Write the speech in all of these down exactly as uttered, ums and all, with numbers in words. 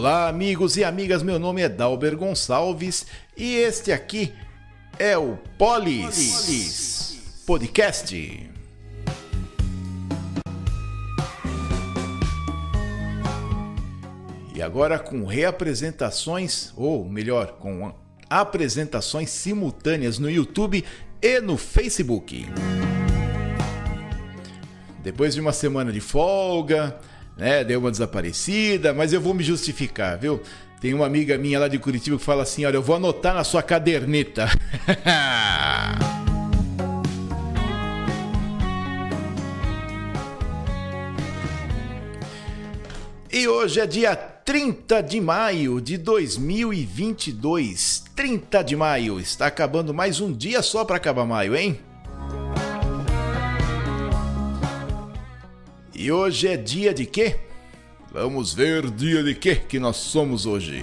Olá, amigos e amigas, meu nome é Dalber Gonçalves e este aqui é o Polis Podcast. E agora com reapresentações, ou melhor, com apresentações simultâneas no YouTube e no Facebook. Depois de uma semana de folga, né, deu uma desaparecida, mas eu vou me justificar, viu? Tem uma amiga minha lá de Curitiba que fala assim, olha, eu vou anotar na sua caderneta. E hoje é dia trinta de maio de dois mil e vinte e dois. trinta de maio, está acabando mais um dia só para acabar maio, hein? E hoje é dia de quê? Vamos ver dia de quê que nós somos hoje.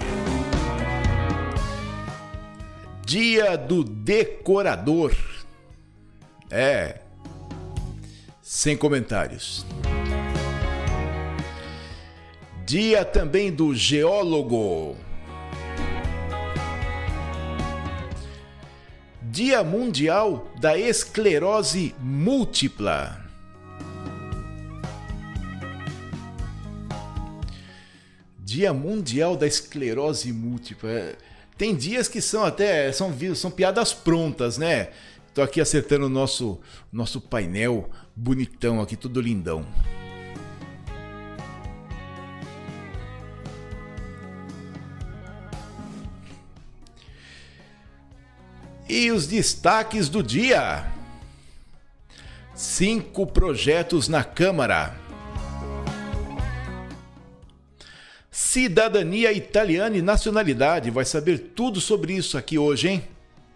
Dia do decorador. É. Sem comentários. Dia também do geólogo. Dia Mundial da Esclerose Múltipla. Dia Mundial da Esclerose Múltipla. Tem dias que são até são, são piadas prontas, né? Tô aqui acertando o nosso, nosso painel bonitão aqui, tudo lindão. E os destaques do dia. Cinco projetos na Câmara. Cidadania italiana e nacionalidade. Vai saber tudo sobre isso aqui hoje, hein?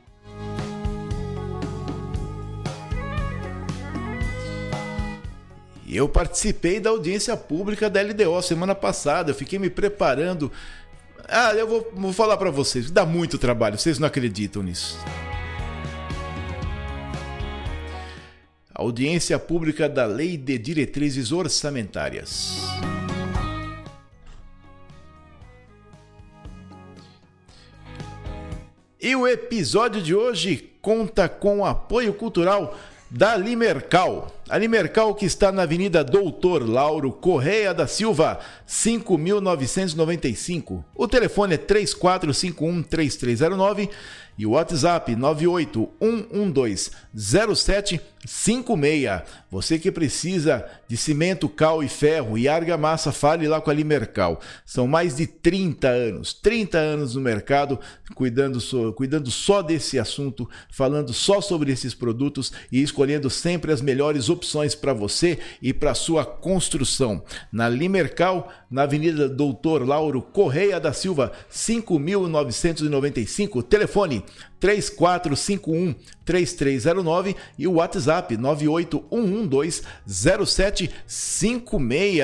Eu participei da audiência pública da L D O semana passada. Eu fiquei me preparando. Ah, eu vou, vou falar para vocês. Dá muito trabalho. Vocês não acreditam nisso. Audiência pública da Lei de Diretrizes Orçamentárias. E o episódio de hoje conta com o apoio cultural da Limercal. A Limercal, que está na Avenida Doutor Lauro Correia da Silva, cinco mil novecentos e noventa e cinco. O telefone é três quatro cinco um, três três zero nove e o WhatsApp nove oito um um dois zero sete cinco seis. Você que precisa de cimento, cal e ferro e argamassa, fale lá com a Limercal. São mais de trinta anos, trinta anos no mercado, cuidando só, cuidando só desse assunto, falando só sobre esses produtos e escolhendo sempre as melhores opções para você e para sua construção. Na Limercal, na Avenida Doutor Lauro Correia da Silva, cinco mil novecentos e noventa e cinco, telefone três quatro cinco um, três três zero nove e o WhatsApp nove oito um um dois zero sete cinco seis.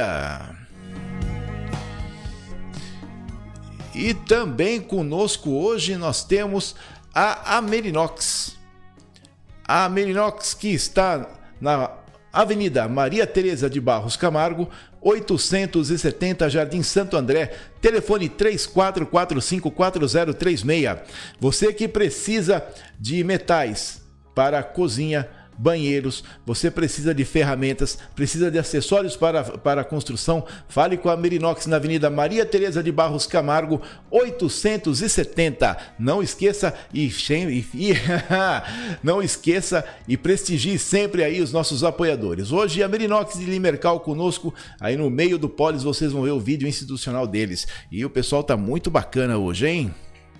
E também conosco hoje nós temos a Amerinox. A Amerinox, que está na Avenida Maria Tereza de Barros Camargo, oitocentos e setenta, Jardim Santo André, telefone três quatro quatro cinco quatro zero três seis. Você que precisa de metais para a cozinha, banheiros, você precisa de ferramentas, precisa de acessórios para, para a construção, fale com a Amerinox na Avenida Maria Tereza de Barros Camargo, oitocentos e setenta. Não esqueça e, e, e não esqueça e prestigie sempre aí os nossos apoiadores. Hoje a Amerinox e Limercal conosco, aí no meio do Polis vocês vão ver o vídeo institucional deles. E o pessoal tá muito bacana hoje, hein?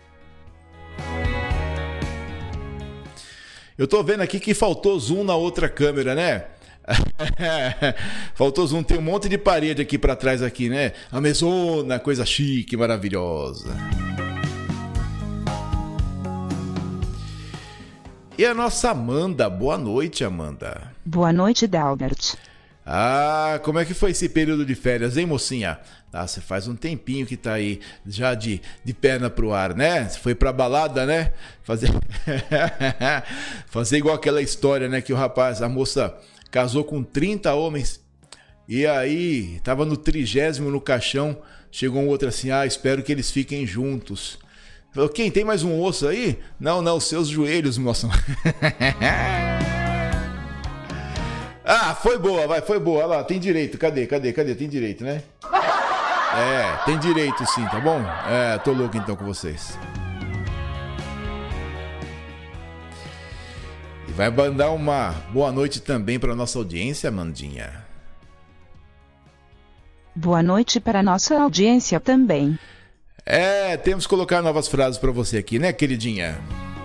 Eu tô vendo aqui que faltou zoom na outra câmera, né? Faltou zoom, tem um monte de parede aqui pra trás aqui, né? A mesona, coisa chique, maravilhosa. E a nossa Amanda, boa noite, Amanda. Boa noite, Dalbert. Ah, como é que foi esse período de férias, hein, mocinha? Ah, você faz um tempinho que tá aí já de, de perna pro ar, né? Você foi pra balada, né? Fazer... Fazer igual aquela história, né? Que o rapaz, a moça casou com trinta homens E aí, tava no trigésimo no caixão, chegou um outro assim, ah, espero que eles fiquem juntos. Falou, quem, tem mais um osso aí? Não, não, seus joelhos, moça. Ah, foi boa, vai, foi boa. Olha lá, tem direito, cadê, cadê, cadê? Tem direito, né? É, tem direito sim, tá bom? É, tô louco então com vocês. E vai mandar uma boa noite também para nossa audiência, Amandinha. Boa noite para nossa audiência também. É, temos que colocar novas frases para você aqui, né, queridinha?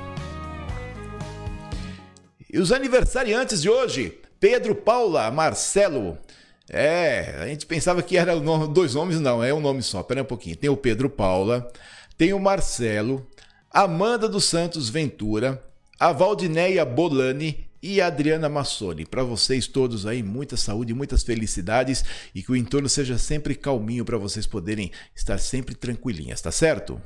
E os aniversariantes de hoje, Pedro, Paula, Marcelo. É, a gente pensava que eram dois nomes, não, é um nome só, pera um pouquinho. Tem o Pedro, Paula, tem o Marcelo, Amanda dos Santos Ventura, a Valdineia Bolani e a Adriana Massoni. Para vocês todos aí, muita saúde, muitas felicidades e que o entorno seja sempre calminho para vocês poderem estar sempre tranquilinhas, tá certo?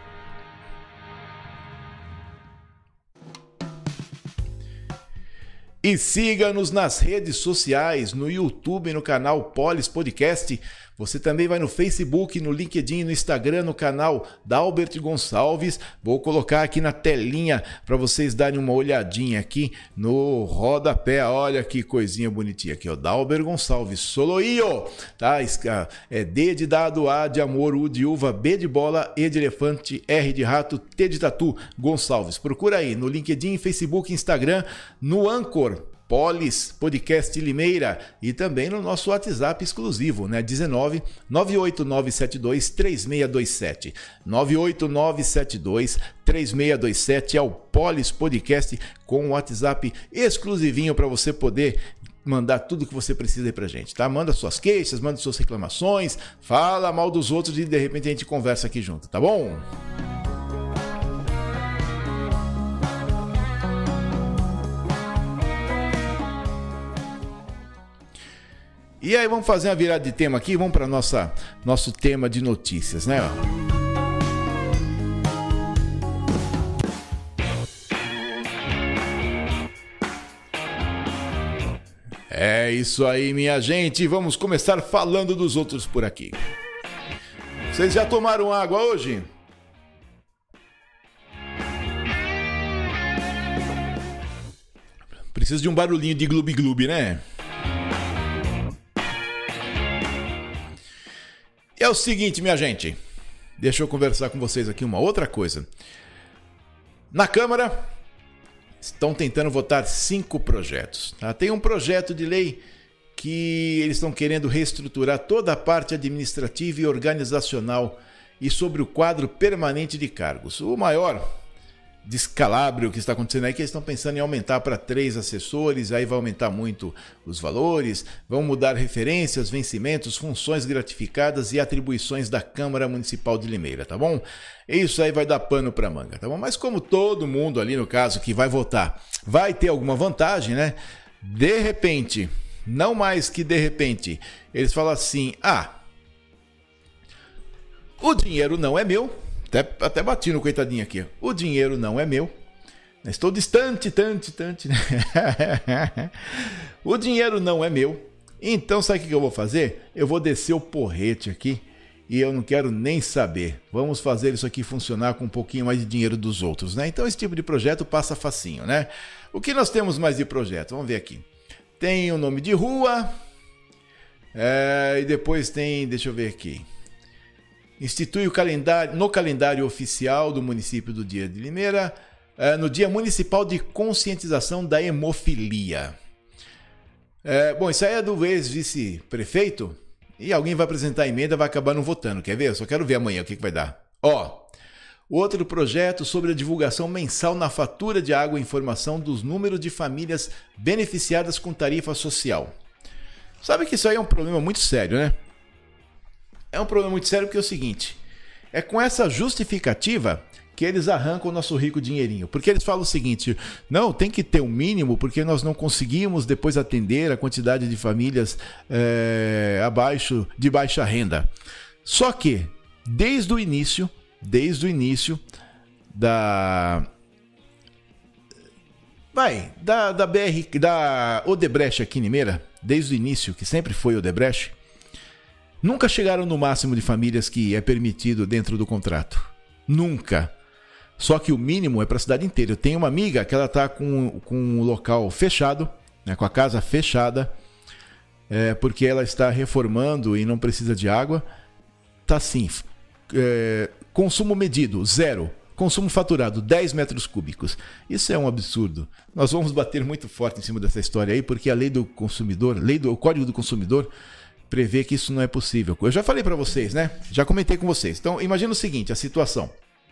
E siga-nos nas redes sociais, no YouTube, no canal Polis Podcast. Você também vai no Facebook, no LinkedIn, no Instagram, no canal Dalbert Gonçalves. Vou colocar aqui na telinha para vocês darem uma olhadinha aqui no rodapé. Olha que coisinha bonitinha aqui, ó. Dalbert Gonçalves, Soloio, tá? É D de dado, A de amor, U de uva, B de bola, E de elefante, R de rato, T de tatu, Gonçalves. Procura aí no LinkedIn, Facebook, Instagram, no Anchor, Polis Podcast Limeira e também no nosso WhatsApp exclusivo, né? dezenove, nove oito nove sete dois, três seis dois sete. nove oito nove sete dois, três seis dois sete é o Polis Podcast com o WhatsApp exclusivinho para você poder mandar tudo que você precisa aí pra gente, tá? Manda suas queixas, manda suas reclamações, fala mal dos outros e de repente a gente conversa aqui junto, tá bom? E aí, vamos fazer uma virada de tema aqui, vamos para nossa nosso tema de notícias, né? É isso aí, minha gente. Vamos começar falando dos outros por aqui. Vocês já tomaram água hoje? Preciso de um barulhinho de gloob-gloob, né? É o seguinte, minha gente, deixa eu conversar com vocês aqui uma outra coisa. Na Câmara, estão tentando votar cinco projetos. Tá? Tem um projeto de lei que eles estão querendo reestruturar toda a parte administrativa e organizacional e sobre o quadro permanente de cargos. O maior descalabro que está acontecendo aí é que eles estão pensando em aumentar para três assessores, aí vai aumentar muito os valores, vão mudar referências, vencimentos, funções gratificadas e atribuições da Câmara Municipal de Limeira, tá bom? Isso aí vai dar pano para manga, tá bom? Mas como todo mundo ali no caso que vai votar vai ter alguma vantagem, né? De repente, não mais que de repente, eles falam assim, ah, o dinheiro não é meu. Até, até bati no coitadinho aqui. O dinheiro não é meu. Estou distante, tante, tante. O dinheiro não é meu. Então, sabe o que eu vou fazer? Eu vou descer o porrete aqui e eu não quero nem saber. Vamos fazer isso aqui funcionar com um pouquinho mais de dinheiro dos outros, né? Então, esse tipo de projeto passa facinho, né? O que nós temos mais de projeto? Vamos ver aqui. Tem o nome de rua. É, e depois tem, deixa eu ver aqui. Institui o calendário, no calendário oficial do município do Dia de Limeira, no Dia Municipal de Conscientização da Hemofilia. É, bom, isso aí é do ex-vice-prefeito e alguém vai apresentar a emenda e vai acabar não votando. Quer ver? Eu só quero ver amanhã o que, que vai dar. Ó, outro projeto sobre a divulgação mensal na fatura de água e informação dos números de famílias beneficiadas com tarifa social. Sabe que isso aí é um problema muito sério, né? É um problema muito sério porque é o seguinte, é com essa justificativa que eles arrancam o nosso rico dinheirinho. Porque eles falam o seguinte, não, tem que ter um mínimo porque nós não conseguimos depois atender a quantidade de famílias é, abaixo de baixa renda. Só que, desde o início, desde o início da... vai, da, da B R, da Odebrecht aqui em Limeira, desde o início, que sempre foi Odebrecht, nunca chegaram no máximo de famílias que é permitido dentro do contrato. Nunca. Só que o mínimo é para a cidade inteira. Eu tenho uma amiga que ela está com, com o local fechado, né, com a casa fechada, é, porque ela está reformando e não precisa de água. Tá assim, é, consumo medido, zero. Consumo faturado, dez metros cúbicos. Isso é um absurdo. Nós vamos bater muito forte em cima dessa história aí, porque a lei do consumidor, lei do o Código do Consumidor, prevê que isso não é possível. Eu já falei para vocês, né? Já comentei com vocês. Então, imagina o seguinte, a situação.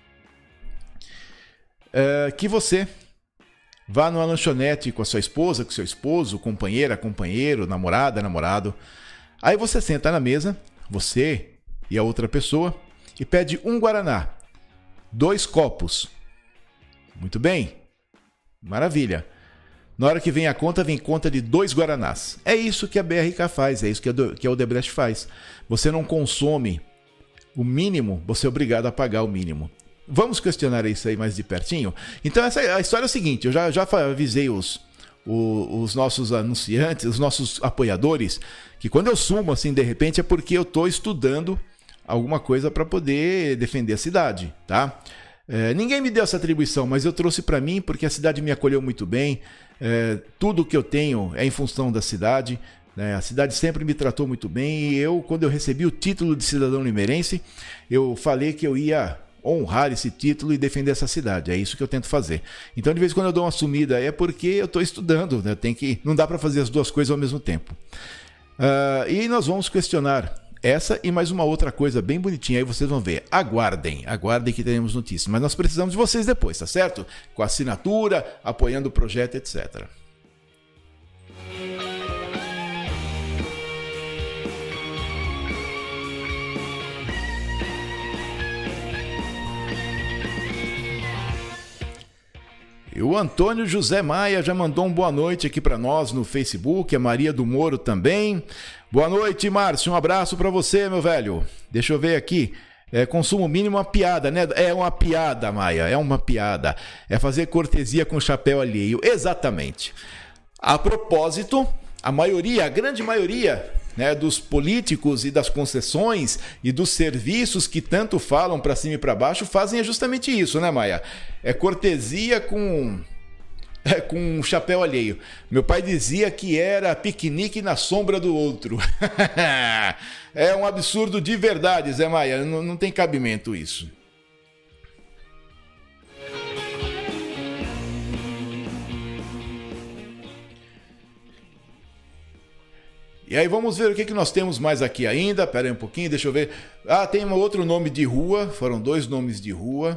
É, que você vá numa lanchonete com a sua esposa, com seu esposo, companheira, companheiro, namorada, namorado. Aí você senta na mesa, você e a outra pessoa, e pede um guaraná. Dois copos. Muito bem. Maravilha. Na hora que vem a conta, vem conta de dois guaranás. É isso que a B R K faz, é isso que a Odebrecht faz. Você não consome o mínimo, você é obrigado a pagar o mínimo. Vamos questionar isso aí mais de pertinho? Então, essa, a história é o seguinte, eu já, já avisei os, os, os nossos anunciantes, os nossos apoiadores, que quando eu sumo assim, de repente, é porque eu estou estudando alguma coisa para poder defender a cidade, tá? É, ninguém me deu essa atribuição, mas eu trouxe para mim porque a cidade me acolheu muito bem. É, tudo que eu tenho é em função da cidade, né? A cidade sempre me tratou muito bem e eu, quando eu recebi o título de cidadão limeirense, eu falei que eu ia honrar esse título e defender essa cidade. É isso que eu tento fazer. Então, de vez em quando eu dou uma sumida, é porque eu estou estudando, né? Tem que, não dá para fazer as duas coisas ao mesmo tempo. Uh, e nós vamos questionar essa e mais uma outra coisa bem bonitinha, aí vocês vão ver. Aguardem, aguardem que teremos notícias. Mas nós precisamos de vocês depois, tá certo? Com assinatura, apoiando o projeto, etcétera. E o Antônio José Maia já mandou um boa noite aqui para nós no Facebook, a Maria do Moro também. Boa noite, Márcio, um abraço para você, meu velho. Deixa eu ver aqui, é, consumo mínimo é uma piada, né? É uma piada, Maia, é uma piada. É fazer cortesia com chapéu alheio, exatamente. A propósito, a maioria, a grande maioria, né, dos políticos e das concessões e dos serviços que tanto falam para cima e para baixo fazem justamente isso, né, Maia? É cortesia com, é, com um chapéu alheio. Meu pai dizia que era piquenique na sombra do outro. É um absurdo de verdade, Zé Maia. Não, não tem cabimento isso. E aí vamos ver o que, que nós temos mais aqui ainda. Pera aí um pouquinho, deixa eu ver. Ah, tem um outro nome de rua. Foram dois nomes de rua.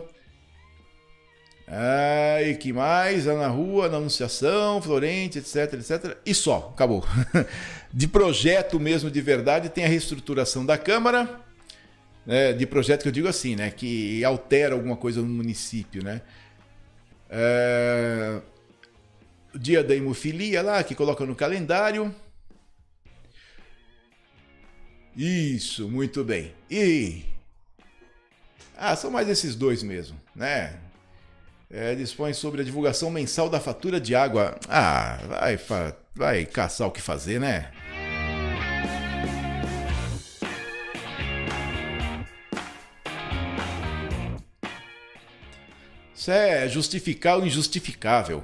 Ah, e que mais? Ana Rua, na Anunciação, Florente, etc, etcétera. E só, acabou. De projeto mesmo, de verdade, tem a reestruturação da Câmara. Né, de projeto que eu digo assim, né? Que altera alguma coisa no município, né? É... O dia da hemofilia lá, que coloca no calendário. Isso, muito bem. E... Ah, são mais esses dois mesmo, né? É, dispõe sobre a divulgação mensal da fatura de água. Ah, vai, vai caçar o que fazer, né? Isso é justificar o injustificável.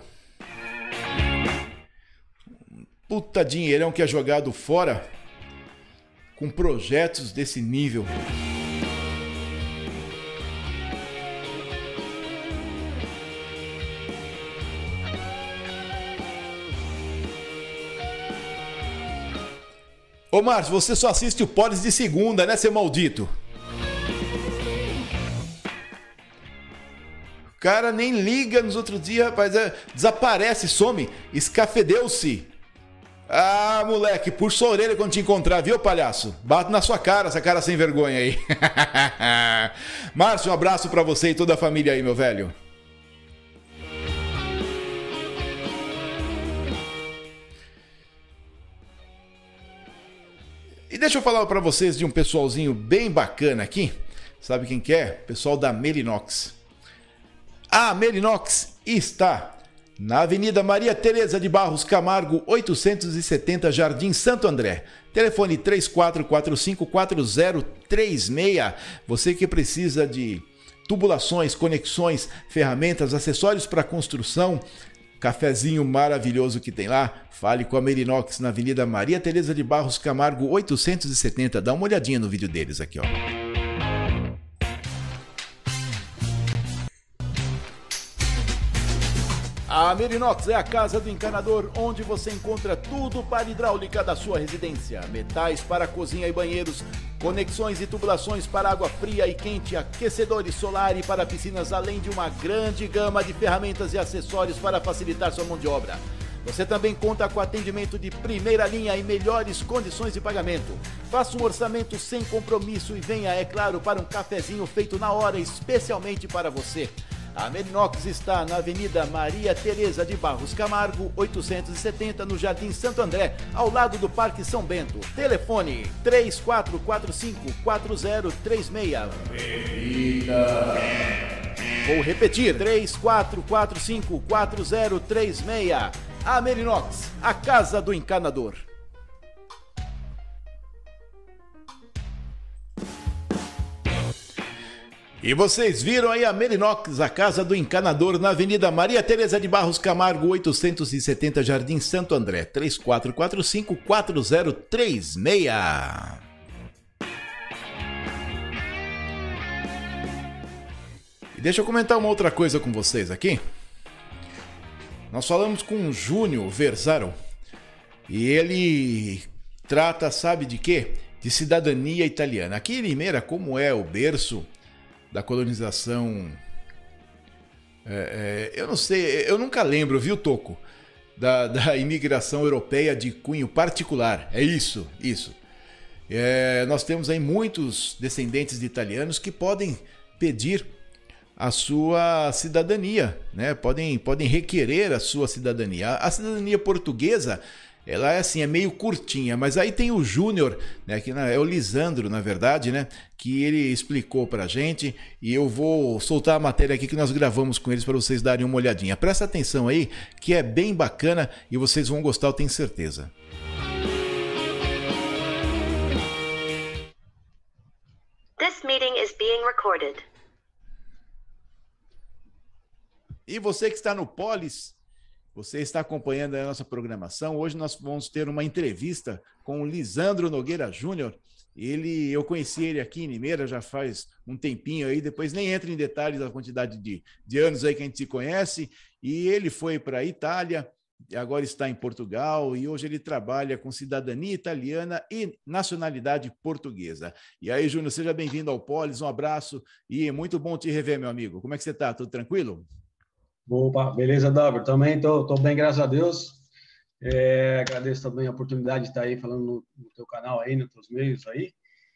Puta dinheirão que é jogado fora com projetos desse nível. Ô Márcio, você só assiste o Polis de segunda, né, seu maldito? O cara nem liga nos outros dias, rapaz. É, desaparece, some, escafedeu-se. Ah, moleque, puxa sua orelha quando te encontrar, viu, palhaço? Bato na sua cara, essa cara sem vergonha aí. Márcio, um abraço pra você e toda a família aí, meu velho. E deixa eu falar pra vocês de um pessoalzinho bem bacana aqui. Sabe quem que é? Pessoal da Merinox. A Merinox está Na Avenida Maria Tereza de Barros Camargo, oitocentos e setenta, Jardim Santo André. Telefone três quatro quatro cinco, quatro zero três seis. Você que precisa de tubulações, conexões, ferramentas, acessórios para construção, cafezinho maravilhoso que tem lá, fale com a Merinox na Avenida Maria Tereza de Barros Camargo, oitocentos e setenta. Dá uma olhadinha no vídeo deles aqui, ó. A Merinox é a casa do encanador, onde você encontra tudo para a hidráulica da sua residência. Metais para cozinha e banheiros, conexões e tubulações para água fria e quente, aquecedores solar e para piscinas, além de uma grande gama de ferramentas e acessórios para facilitar sua mão de obra. Você também conta com atendimento de primeira linha e melhores condições de pagamento. Faça um orçamento sem compromisso e venha, é claro, para um cafezinho feito na hora, especialmente para você. A Merinox está na Avenida Maria Tereza de Barros Camargo, oitocentos e setenta, no Jardim Santo André, ao lado do Parque São Bento. Telefone três quatro quatro cinco, quatro zero três seis. Repita. Vou repetir, três quatro quatro cinco, quatro zero três seis. A Merinox, a casa do encanador. E vocês viram aí a Merinox, a casa do encanador, na Avenida Maria Tereza de Barros Camargo, oitocentos e setenta, Jardim Santo André, três quatro quatro cinco, quatro zero três seis. E deixa eu comentar uma outra coisa com vocês aqui. Nós falamos com o Júnior Verzaro e ele trata, sabe de quê? De cidadania italiana. Aqui em Limeira, como é o berço da colonização, é, é, eu não sei, eu nunca lembro, viu, Toco? Da, da imigração europeia de cunho particular, é isso, isso. É, nós temos aí muitos descendentes de italianos que podem pedir a sua cidadania, né? Podem, podem requerer a sua cidadania. A cidadania portuguesa, ela é assim, é meio curtinha, mas aí tem o Júnior, né, que é o Lisandro, na verdade, né, que ele explicou pra gente, e eu vou soltar a matéria aqui que nós gravamos com eles para vocês darem uma olhadinha. Presta atenção aí, que é bem bacana e vocês vão gostar, eu tenho certeza. This meeting is being recorded. E você que está no Polis, você está acompanhando a nossa programação. Hoje nós vamos ter uma entrevista com o Lisandro Nogueira Júnior. Ele, eu conheci ele aqui em Limeira já faz um tempinho aí, depois nem entra em detalhes da quantidade de, de anos aí que a gente se conhece. E ele foi para a Itália, agora está em Portugal e hoje ele trabalha com cidadania italiana e nacionalidade portuguesa. E aí, Júnior, seja bem-vindo ao Polis, um abraço e muito bom te rever, meu amigo. Como é que você está? Tudo tranquilo? Opa, beleza, Dalber? Também estou bem, graças a Deus. É, agradeço também a oportunidade de estar aí falando no, no teu canal aí, nos teus meios aí.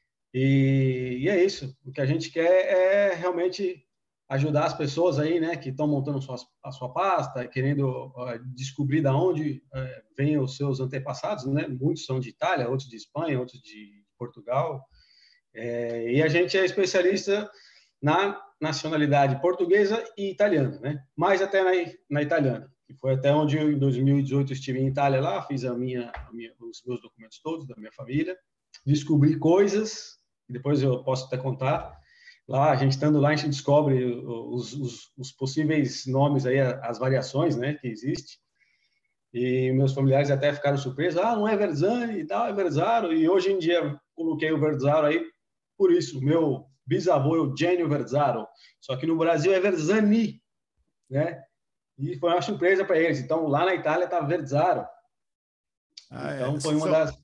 E, e é isso. O que a gente quer é realmente ajudar as pessoas aí, né, que estão montando suas, a sua pasta, querendo uh, descobrir de onde uh, vêm os seus antepassados, né? Muitos são de Itália, outros de Espanha, outros de Portugal. É, e a gente é especialista na nacionalidade portuguesa e italiana, né? Mais até na, na italiana, que foi até onde eu, em dois mil e dezoito, estive em Itália lá, fiz a minha, a minha, os meus documentos todos da minha família, descobri coisas, que depois eu posso até contar. Lá, a gente estando lá, a gente descobre os, os, os possíveis nomes aí, as variações, né, que existe. E meus familiares até ficaram surpresos, ah, não é Verzani e tal, é Verzaro. E hoje em dia coloquei o Verzaro aí por isso, meu bisavô Eugenio Verzaro, só que no Brasil é Verzani, né? E foi uma surpresa para eles. Então, lá na Itália tá Verzaro. Ah, então, é. foi uma São... das...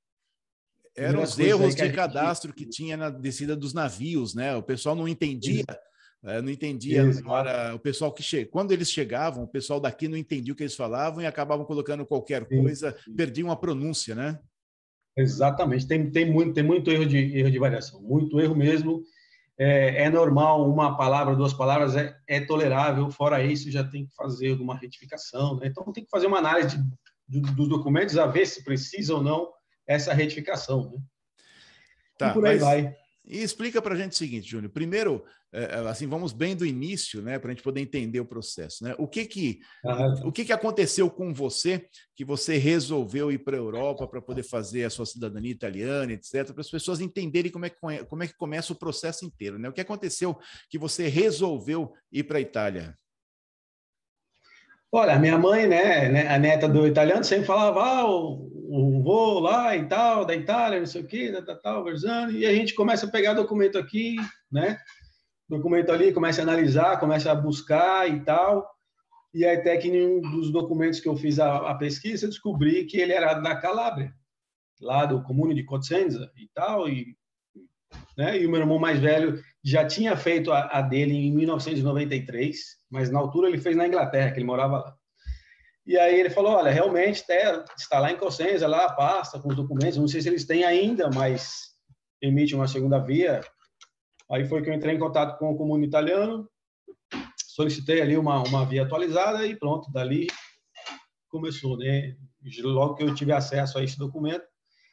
Eram os erros de gente... cadastro que tinha na descida dos navios, né? O pessoal não entendia, é, não entendia agora, o pessoal que che... quando eles chegavam, o pessoal daqui não entendia o que eles falavam e acabavam colocando qualquer coisa, sim, sim. Perdiam a pronúncia, né? Exatamente, tem, tem, muito, tem muito erro de, erro de variação, muito erro mesmo. É, é normal, uma palavra, duas palavras é, é tolerável, fora isso já tem que fazer alguma retificação, né? Então tem que fazer uma análise de, de, dos documentos a ver se precisa ou não essa retificação, né? Tá, e por aí mas, vai. E explica para a gente o seguinte, Júnior. Primeiro, assim, vamos bem do início, né, para a gente poder entender o processo, né? O que que o, o que que aconteceu com você que você resolveu ir para a Europa para poder fazer a sua cidadania italiana, etcétera, para as pessoas entenderem como é que como é que começa o processo inteiro, né? O que aconteceu que você resolveu ir para a Itália? Olha, minha mãe, né, a neta do italiano, sempre falava, ah, o, o voo lá e tal, da Itália, não sei o quê, da tal, Verzani, e a gente começa a pegar documento aqui, né, documento ali, começa a analisar, começa a buscar e tal, e aí até que em um dos documentos que eu fiz a, a pesquisa, eu descobri que ele era da Calábria, lá do comune de Cosenza e tal, e, né, e o meu irmão mais velho já tinha feito a, a dele em mil novecentos e noventa e três, mas na altura ele fez na Inglaterra, que ele morava lá. E aí ele falou, olha, realmente está lá em Cosenza, lá a pasta com os documentos, não sei se eles têm ainda, mas emite uma segunda via. Aí foi que eu entrei em contato com o comune italiano, solicitei ali uma, uma via atualizada e pronto, dali começou, né? Logo que eu tive acesso a esse documento,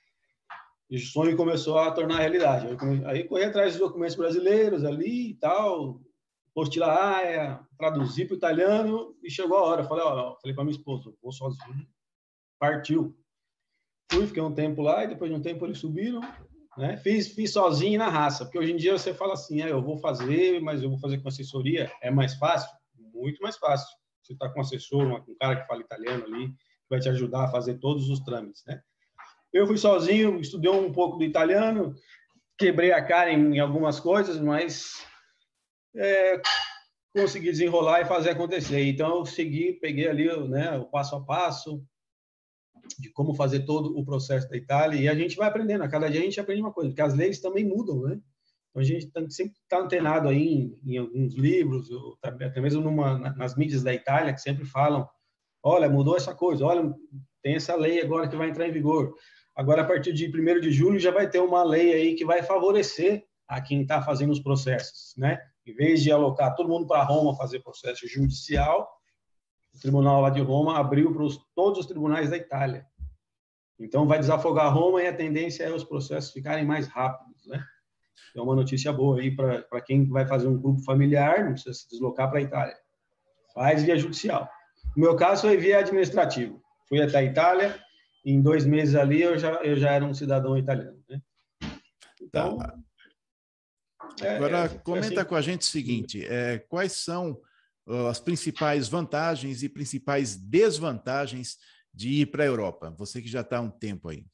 o sonho começou a tornar realidade. Aí corri atrás dos documentos brasileiros ali e tal, postila a AIA, traduzi para o italiano e chegou a hora. Falei, ó, falei para minha esposa, vou sozinho. Partiu. Fui, fiquei um tempo lá e depois de um tempo eles subiram, né? Fiz, fiz sozinho na raça, porque hoje em dia você fala assim, ah, eu vou fazer, mas eu vou fazer com assessoria. É mais fácil? Muito mais fácil. Você está com um assessor, um cara que fala italiano ali, que vai te ajudar a fazer todos os trâmites, né? Eu fui sozinho, estudei um pouco do italiano, quebrei a cara em, em algumas coisas, mas é, consegui desenrolar e fazer acontecer. Então, eu segui, peguei ali, né, o passo a passo de como fazer todo o processo da Itália, e a gente vai aprendendo. A cada dia a gente aprende uma coisa, porque as leis também mudam, né? Então, a gente tem, sempre está antenado aí em, em alguns livros, ou até mesmo numa, nas mídias da Itália, que sempre falam, olha, mudou essa coisa, olha, tem essa lei agora que vai entrar em vigor. Agora, a partir de primeiro de julho, já vai ter uma lei aí que vai favorecer a quem está fazendo os processos, né? Em vez de alocar todo mundo para Roma fazer processo judicial, o tribunal lá de Roma abriu para os, todos os tribunais da Itália. Então, vai desafogar Roma e a tendência é os processos ficarem mais rápidos, né? É uma notícia boa aí para quem vai fazer um grupo familiar, não precisa se deslocar para a Itália. Faz via judicial. No meu caso, foi via administrativo. Fui até a Itália, em dois meses ali eu já, eu já era um cidadão italiano, né? Então... Tá. É, Agora, é, comenta assim com a gente o seguinte, é, quais são uh, as principais vantagens e principais desvantagens de ir para a Europa? Você que já está há um tempo aí.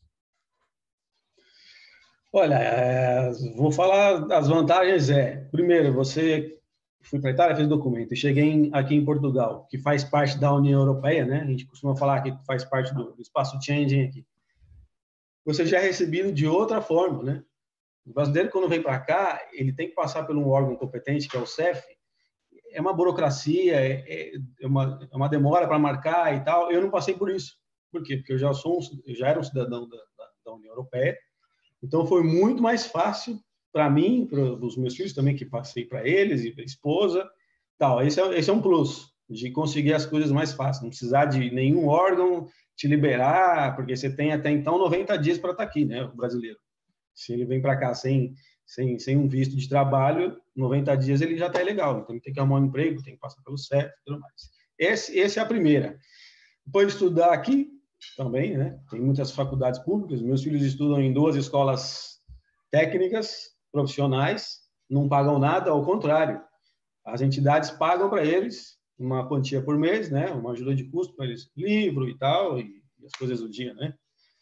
Olha, é, vou falar as vantagens. É, primeiro, você fui para a Itália, fez documento, e cheguei em, aqui em Portugal, que faz parte da União Europeia, né? A gente costuma falar que faz parte do, do espaço Schengen aqui. Você já é recebido de outra forma, né? O brasileiro, quando vem para cá, ele tem que passar por um órgão competente, que é o C E F. É uma burocracia, é, é, uma, é uma demora para marcar e tal. Eu não passei por isso. Por quê? Porque eu já, sou um, eu já era um cidadão da, da, da União Europeia. Então, foi muito mais fácil para mim, para os meus filhos também, que passei para eles, e para a esposa. Tal. Esse, é, esse é um plus, de conseguir as coisas mais fácil. Não precisar de nenhum órgão te liberar, porque você tem até então noventa dias para estar aqui, né, o brasileiro. Se ele vem para cá sem, sem, sem um visto de trabalho, noventa dias ele já está ilegal. Então, ele tem que arrumar um emprego, tem que passar pelo C E F e tudo mais. Esse, esse é a primeira. Depois de estudar aqui, também, né? Tem muitas faculdades públicas. Meus filhos estudam em duas escolas técnicas, profissionais, não pagam nada, ao contrário. As entidades pagam para eles uma quantia por mês, né? Uma ajuda de custo para eles, livro e tal, e, e as coisas do dia, né?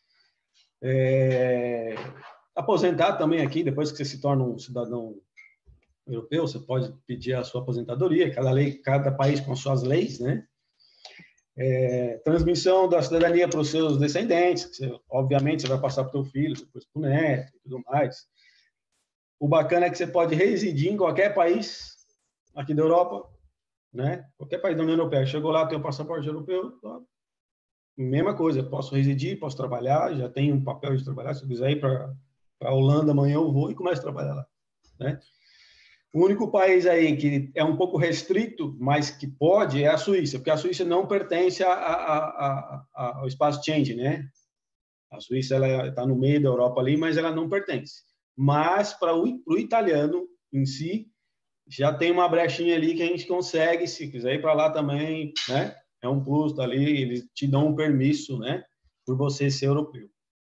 É... Aposentar também aqui, depois que você se torna um cidadão europeu, você pode pedir a sua aposentadoria, cada lei, cada país com as suas leis, né? É, transmissão da cidadania para os seus descendentes, que você, obviamente você vai passar para o teu filho, depois para o neto e tudo mais. O bacana é que você pode residir em qualquer país aqui da Europa, né? Qualquer país da União Europeia. Chegou lá, tem o passaporte europeu, tá? Mesma coisa, posso residir, posso trabalhar, já tenho um papel de trabalhar, se eu quiser ir para a Holanda amanhã eu vou e começo a trabalhar lá, né? O único país aí que é um pouco restrito, mas que pode, é a Suíça, porque a Suíça não pertence a, a, a, a, ao espaço Schengen, né? A Suíça está no meio da Europa ali, mas ela não pertence. Mas para o, o italiano em si, já tem uma brechinha ali que a gente consegue, se quiser ir para lá também, né? É um plus, tá ali, eles te dão um permisso, né? Por você ser europeu.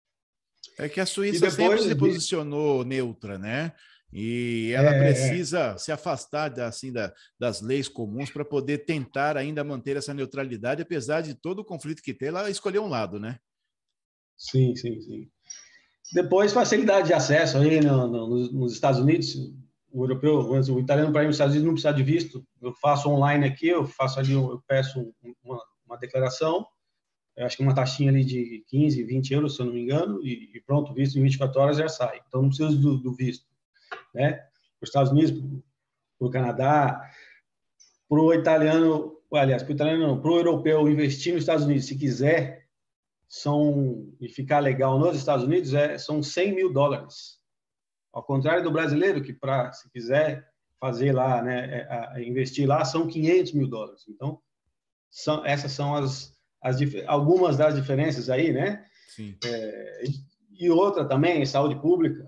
É que a Suíça depois, sempre se posicionou neutra, né? E ela é, precisa é. se afastar assim, da, das leis comuns para poder tentar ainda manter essa neutralidade, apesar de todo o conflito que tem, ela escolheu um lado, né? Sim, sim, sim. Depois, facilidade de acesso aí no, no, nos Estados Unidos, o europeu, o italiano para ir nos Estados Unidos não precisa de visto. Eu faço online aqui, eu faço ali, eu peço uma, uma declaração, eu acho que uma taxinha ali de quinze, vinte euros, se eu não me engano, e, e pronto, o visto em vinte e quatro horas já sai. Então, não precisa do, do visto, né? Para os Estados Unidos, para o Canadá, para o italiano, aliás, para o italiano não, para o europeu investir nos Estados Unidos, se quiser, são, e ficar legal nos Estados Unidos, é, são cem mil dólares. Ao contrário do brasileiro, que para se quiser fazer lá, né, é, é, investir lá, são quinhentos mil dólares. Então, são, essas são as, as algumas das diferenças aí, né? Sim. É, e outra também, saúde pública,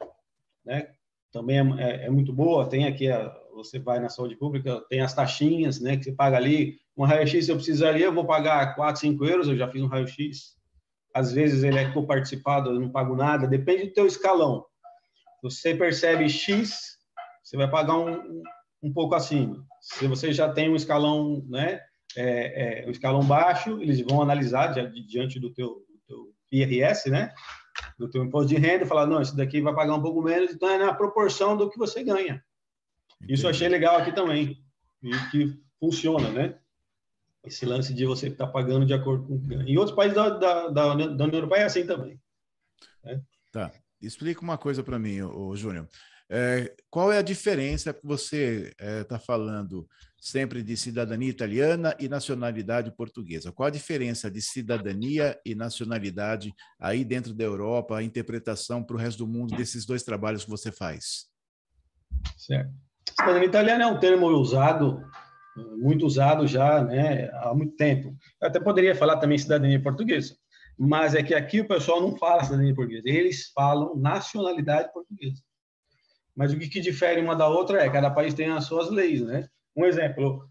né? Também é, é muito boa. Tem aqui, a, você vai na saúde pública, tem as taxinhas, né? Que você paga ali. Um raio-x, se eu precisaria, eu vou pagar quatro, cinco euros, eu já fiz um raio-x. Às vezes ele é coparticipado, eu não pago nada, depende do teu escalão. Você percebe X, você vai pagar um, um pouco acima. Se você já tem um escalão, né, é, é, um escalão baixo, eles vão analisar diante do teu, do teu I R S, né, do teu imposto de renda, e falar, não, esse daqui vai pagar um pouco menos, então é na proporção do que você ganha. Entendi. Isso eu achei legal aqui também, e que funciona, né? Esse lance de você estar pagando de acordo com o que ganha. Em outros países da, da, da, da União Europeia é assim também. Né? Tá. Explica uma coisa para mim, ô, Júnior. É, qual é a diferença que você está é, falando sempre de cidadania italiana e nacionalidade portuguesa? Qual a diferença de cidadania e nacionalidade aí dentro da Europa, a interpretação para o resto do mundo desses dois trabalhos que você faz? Certo. Cidadania italiana é um termo usado, muito usado já, né, há muito tempo. Eu até poderia falar também cidadania portuguesa, mas é que aqui o pessoal não fala cidadania portuguesa, eles falam nacionalidade portuguesa. Mas o que, que difere uma da outra é que cada país tem as suas leis, né? Um exemplo,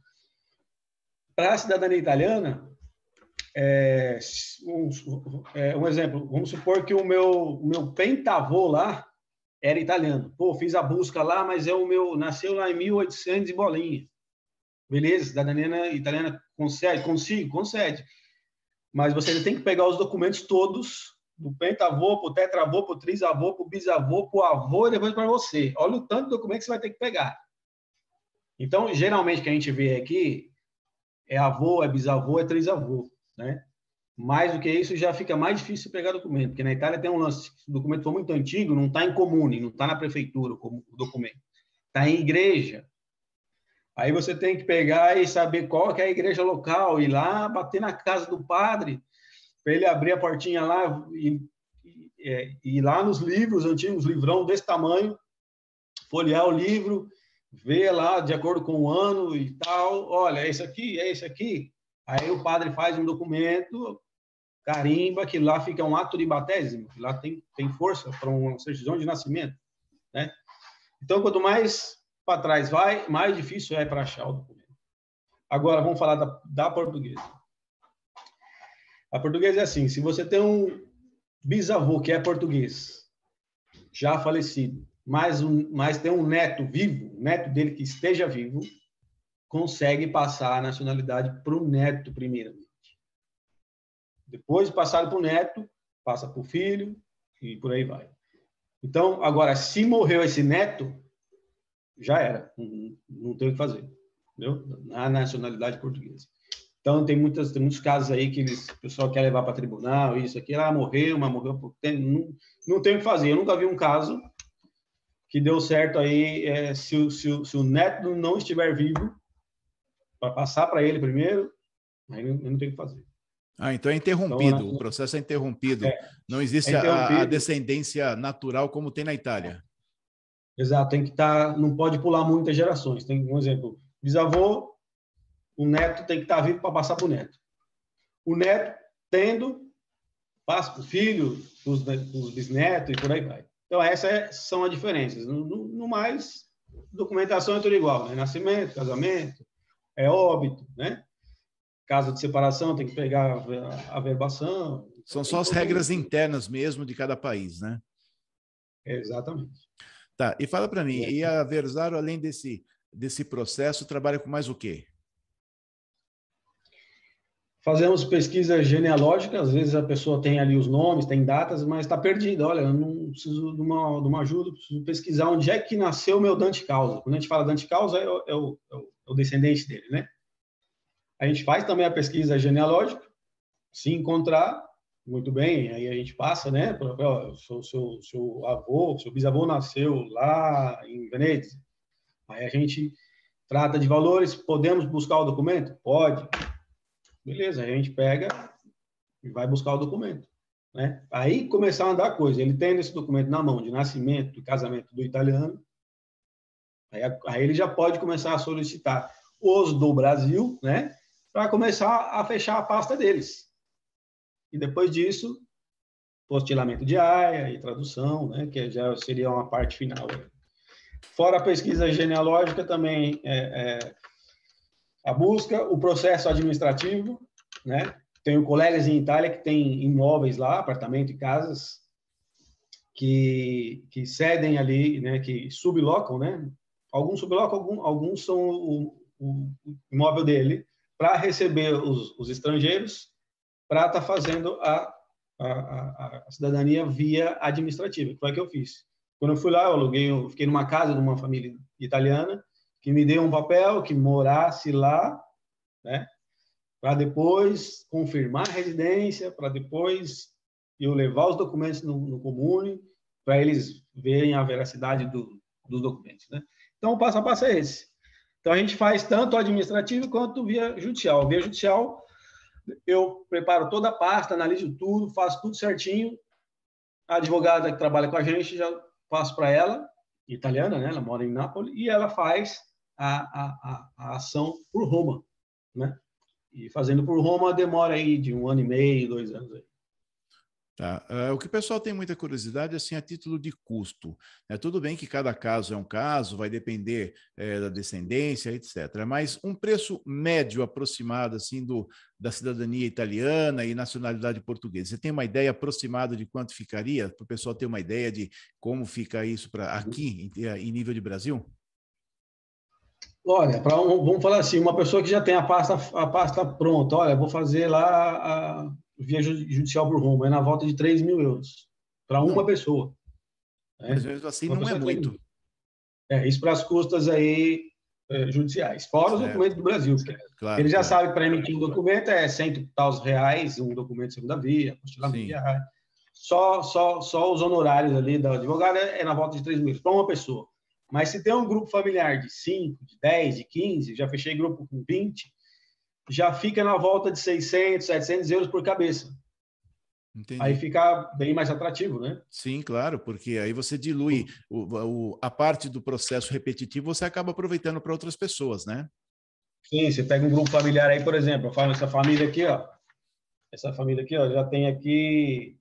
para a cidadania italiana, é, um, é, um exemplo, vamos supor que o meu, o meu pentavô lá era italiano. Pô, fiz a busca lá, mas é o meu, nasceu lá em mil e oitocentos e bolinha. Beleza, cidadania italiana concede, consigo, concede. Mas você tem que pegar os documentos todos, do pentavô, para o tetravô, para o trisavô, para o bisavô, para o avô e depois para você. Olha o tanto de documento que você vai ter que pegar. Então, geralmente, o que a gente vê aqui é avô, é bisavô, é trisavô, né? Mais do que isso, já fica mais difícil pegar documento, porque na Itália tem um lance, se o documento for muito antigo, não está em comune, não está na prefeitura o documento, está em igreja. Aí você tem que pegar e saber qual que é a igreja local, ir lá, bater na casa do padre, para ele abrir a portinha lá e, e, e ir lá nos livros antigos, livrão desse tamanho, folhear o livro, ver lá de acordo com o ano e tal, olha, é esse aqui, é esse aqui. Aí o padre faz um documento, carimba, que lá fica um ato de batésimo, que lá tem, tem força para uma certidão de nascimento, né? Então, quanto mais para trás vai, mais difícil é para achar o documento. Agora, vamos falar da, da portuguesa. A portuguesa é assim, se você tem um bisavô que é português, já falecido, mas, um, mas tem um neto vivo, um neto dele que esteja vivo, consegue passar a nacionalidade para o neto primeiramente. Depois de passar para o neto, passa para o filho e por aí vai. Então, agora, se morreu esse neto, já era, não, não tem o que fazer, entendeu? Na nacionalidade portuguesa. Então, tem, muitas, tem muitos casos aí que eles, o pessoal quer levar para tribunal, isso aqui, ah, morreu, mas morreu por tempo, não, não tem o que fazer. Eu nunca vi um caso que deu certo aí, é, se, o, se, o, se o neto não estiver vivo, para passar para ele primeiro, aí não, não tem o que fazer. Ah, então é interrompido, então, o processo é interrompido. É, não existe é a, a descendência natural como tem na Itália. Exato, tem que estar, não pode pular muitas gerações. Tem um exemplo, bisavô, o neto tem que estar vivo para passar para o neto. O neto, tendo, passa para o filho, para os bisnetos e por aí vai. Então, essas são as diferenças. No, no, no mais, documentação é tudo igual, né? Nascimento, casamento, é óbito, né? Caso de separação, tem que pegar a averbação. São só as regras internas mesmo de cada país, né? Exatamente. Tá, e fala para mim, e a Versaro, além desse, desse processo, trabalha com mais o quê? Fazemos pesquisa genealógica, às vezes a pessoa tem ali os nomes, tem datas, mas está perdida. Olha, eu não preciso de uma, de uma ajuda, preciso pesquisar onde é que nasceu o meu Dante Causa. Quando a gente fala Dante Causa, é o, é o, é o descendente dele, né? A gente faz também a pesquisa genealógica, se encontrar, muito bem, aí a gente passa, né? Ó, seu, seu, seu avô, seu bisavô nasceu lá em Veneza. Aí a gente trata de valores, podemos buscar o documento? Pode. Beleza, aí a gente pega e vai buscar o documento, né? Aí começar a andar a coisa. Ele tendo esse documento na mão de nascimento e casamento do italiano, aí, aí ele já pode começar a solicitar os do Brasil, né? Para começar a fechar a pasta deles. E depois disso, postilamento de aia e tradução, né? Que já seria uma parte final. Fora a pesquisa genealógica, também é, é, a busca, o processo administrativo, né? Tenho colegas em Itália que têm imóveis lá, apartamento e casas, que, que cedem ali, né? Que sublocam, né? Alguns sublocam, alguns, alguns são o, o, o imóvel dele, para receber os, os estrangeiros, para estar tá fazendo a, a, a, a cidadania via administrativa, que foi o que eu fiz. Quando eu fui lá, eu aluguei, eu fiquei numa casa de uma família italiana, que me deu um papel que morasse lá, né, para depois confirmar a residência, para depois eu levar os documentos no, no comune, para eles verem a veracidade do, dos documentos, né? Então, o passo a passo é esse. Então, a gente faz tanto administrativo quanto via judicial. Via judicial, eu preparo toda a pasta, analiso tudo, faço tudo certinho. A advogada que trabalha com a gente, já passo para ela, italiana, né? Ela mora em Nápoles, e ela faz a, a, a ação por Roma, né? E fazendo por Roma demora aí de um ano e meio, dois anos aí. Tá. Uh, o que o pessoal tem muita curiosidade, assim, a título de custo. É tudo bem que cada caso é um caso, vai depender é, da descendência, etcétera. Mas um preço médio aproximado, assim, do, da cidadania italiana e nacionalidade portuguesa. Você tem uma ideia aproximada de quanto ficaria? Para o pessoal ter uma ideia de como fica isso para aqui, em, em nível de Brasil? Olha, pra um, vamos falar assim, uma pessoa que já tem a pasta, a pasta pronta, olha, vou fazer lá a via judicial por Roma, é na volta de três mil euros para uma não. pessoa. Né? Mas mesmo assim uma não é muito. Tem... É, isso para as custas aí é, judiciais, fora certo. Os documentos do Brasil. Claro, ele já claro. Sabe que para emitir um documento é cento e tal reais, um documento de segunda via, apostilamento diário. Só, só, só os honorários ali da advogada é na volta de três mil euros para uma pessoa. Mas se tem um grupo familiar de cinco, de dez, de quinze, já fechei grupo com vinte, já fica na volta de seiscentos, setecentos euros por cabeça. Entendi. Aí fica bem mais atrativo, né? Sim, claro, porque aí você dilui o, o, a parte do processo repetitivo, você acaba aproveitando para outras pessoas, né? Sim, você pega um grupo familiar aí, por exemplo, eu falo essa família aqui, ó, essa família aqui, ó, já tem aqui...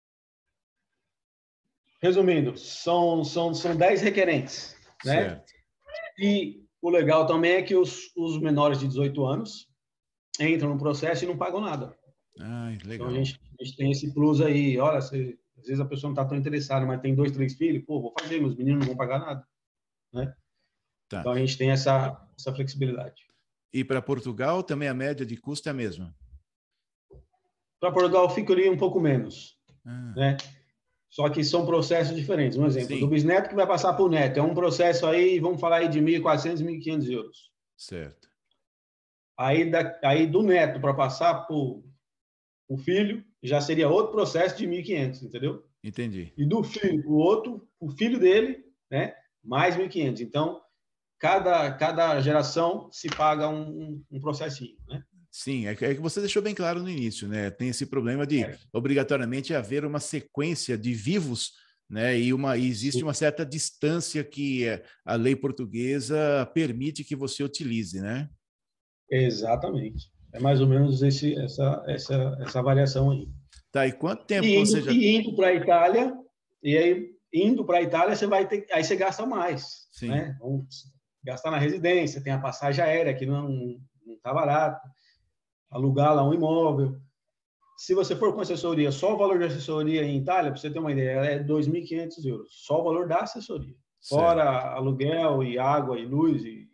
Resumindo, são, são, são dez requerentes, né? Certo. E o legal também é que os, os menores de dezoito anos entram no processo e não pagam nada. Ai, legal. Então, a gente, a gente tem esse plus aí. Olha, se, às vezes a pessoa não está tão interessada, mas tem dois, três filhos, pô, vou fazer, meus meninos não vão pagar nada. Né? Tá. Então, a gente tem essa, essa flexibilidade. E para Portugal, também a média de custo é a mesma? Para Portugal, ficaria um pouco menos. Ah. Né? Só que são processos diferentes. Um exemplo, Sim. do bisneto que vai passar para o neto. É um processo aí, vamos falar aí de mil e quatrocentos, mil e quinhentos euros. Certo. Aí, da, aí do neto para passar para o filho, já seria outro processo de mil e quinhentos, entendeu? Entendi. E do filho para o outro, o filho dele, né, mais mil e quinhentos. Então, cada, cada geração se paga um, um processinho, né? Sim, é que você deixou bem claro no início, né? Tem esse problema de, é. obrigatoriamente, haver uma sequência de vivos, né? E, uma, e existe Sim. uma certa distância que a lei portuguesa permite que você utilize, né? Exatamente. É mais ou menos esse, essa, essa, essa variação aí. Tá, e quanto tempo e indo, você já... E indo para a Itália, e aí indo para a Itália, você vai ter, aí você gasta mais, Sim. né? Vamos gastar na residência, tem a passagem aérea, que não não tá barato, alugar lá um imóvel. Se você for com assessoria, só o valor de assessoria em Itália, para você ter uma ideia, é dois mil e quinhentos euros, só o valor da assessoria. Certo. Fora aluguel e água e luz e,